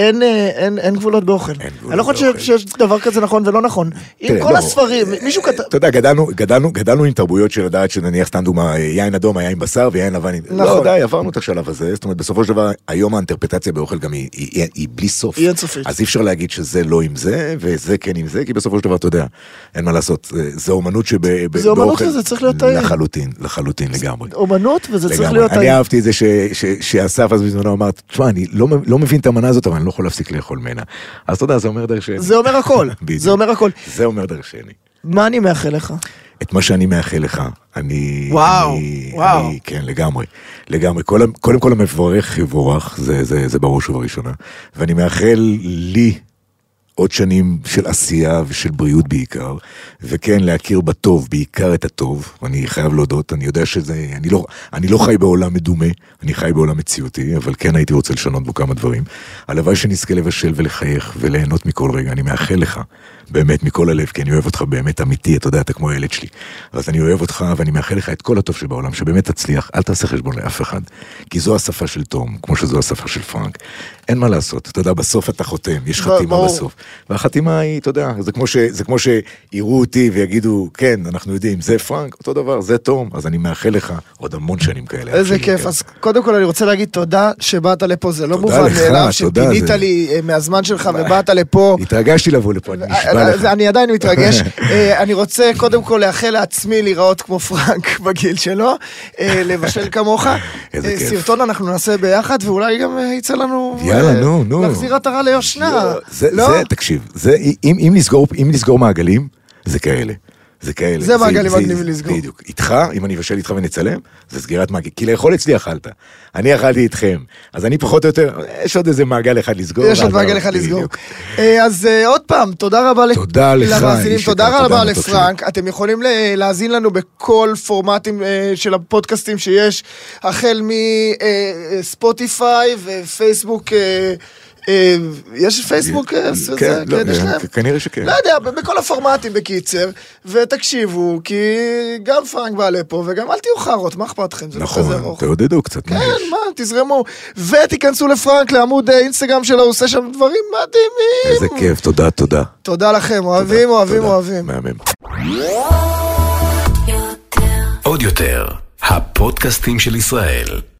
אין גבולות באוכל. אני לא חושב שיש דבר כזה נכון ולא נכון. עם כל הספרים, מישהו כתב... אתה יודע, גדלנו עם תרבויות של לדעת שנניח סתם דוגמה, יין אדום היה עם בשר ויין לבן. לא, די, עברנו את השלב הזה. זאת אומרת, בסופו של דבר, היום האינטרפרטציה באוכל גם היא בלי סוף. היא אינסופית. אז אי אפשר להגיד שזה לא עם זה, וזה כן עם זה, כי בסופו של דבר, אתה יודע, אין מה לעשות. זה אומנות שבאוכל... זה אומנות וזה צריך להיות טעים. לחלוטין, לחלוטין, לגמרי. אומנות וזה צריך להיות טעים. אני אהבתי את זה שאסף אז בזמנו אמר, תשמע, אני לא מבין את המנה הזאת, אבל אני לא יכול להפסיק לאכול ממנה. אז אתה יודע, זה אומר דרשני. זה אומר הכל. זה אומר הכל. זה אומר דרשני. מה אני מאחל לך? את מה שאני מאחל לך. אני... וואו, אני, וואו. אני, כן, לגמרי. לגמרי. כל, קודם כל המבורך יבורך, זה, זה, זה בראש ובראשונה. ואני מאחל לי עוד שנים של עשייה ושל בריאות בעיקר, וכן להכיר בטוב, בעיקר את הטוב, ואני חייב להודות, אני יודע שזה, אני לא, אני לא חי בעולם מדומה, אני חי בעולם מציאותי, אבל כן הייתי רוצה לשנות בו כמה דברים. הלוואי שנזכה לבשל ולחייך וליהנות מכל רגע, אני מאחל לך, באמת מכל הלב, כי אני אוהב אותך באמת אמיתי, אתה יודע, אתה כמו הילד שלי. אז אני אוהב אותך, ואני מאחל לך את כל הטוב שבעולם, שבאמת תצליח, אל תעשה חשבון לאף אחד, כי זו השפה של תום, כמו שזו השפה של פרנק. אין מה לעשות, אתה יודע, בסוף אתה חותם, יש חתימה בסוף. והחתימה היא, אתה יודע, זה כמו ש, זה כמו שיראו אותי ויגידו, כן, אנחנו יודעים, זה פרנק, אותו דבר, זה תום, אז אני מאחל לך עוד המון שנים כאלה. איזה כיף, אז קודם כל אני רוצה להגיד תודה שבאת לפה, זה לא מובן מאליו, שפינית לי מהזמן שלך ובאת לפה. התרגשתי לבוא לפה, אני נשבע אני עדיין מתרגש. אני רוצה קודם כל לאחל לעצמי לראות כמו פרנק בגיל שלו, לבשל כמוך. סרטון אנחנו נעשה ביחד, ואולי גם יצא לנו להחזיר עטרה ליושנה. זה, תקשיב, אם נסגור מעגלים, זה כאלה. זה כאלה. זה מעגלים מגניבים לסגור. בדיוק. איתך, אם אני אבשל איתך ונצלם, זה סגירת מעגל. כי לאכול אצלי אכלת. אני אכלתי איתכם. אז אני פחות או יותר, יש עוד איזה מעגל אחד לסגור. יש עוד מעגל אחד לסגור. אז עוד פעם, תודה רבה למאזינים. תודה רבה לפרנק. אתם יכולים להאזין לנו בכל פורמטים של הפודקאסטים שיש, החל מספוטיפיי ופייסבוק, יש פייסבוק? כן, כנראה שכן. לא יודע, בכל הפורמטים בקיצר, ותקשיבו, כי גם פרנק בא לפה, וגם אל תהיו חרות, מה אכפת לכם? נכון, תעודדו קצת. כן, מה, תזרמו, ותיכנסו לפרנק לעמוד אינסטגרם שלו, הוא עושה שם דברים מדהימים. איזה כיף, תודה, תודה. תודה לכם, אוהבים, אוהבים, אוהבים. מהמם. עוד יותר, הפודקאסטים של ישראל.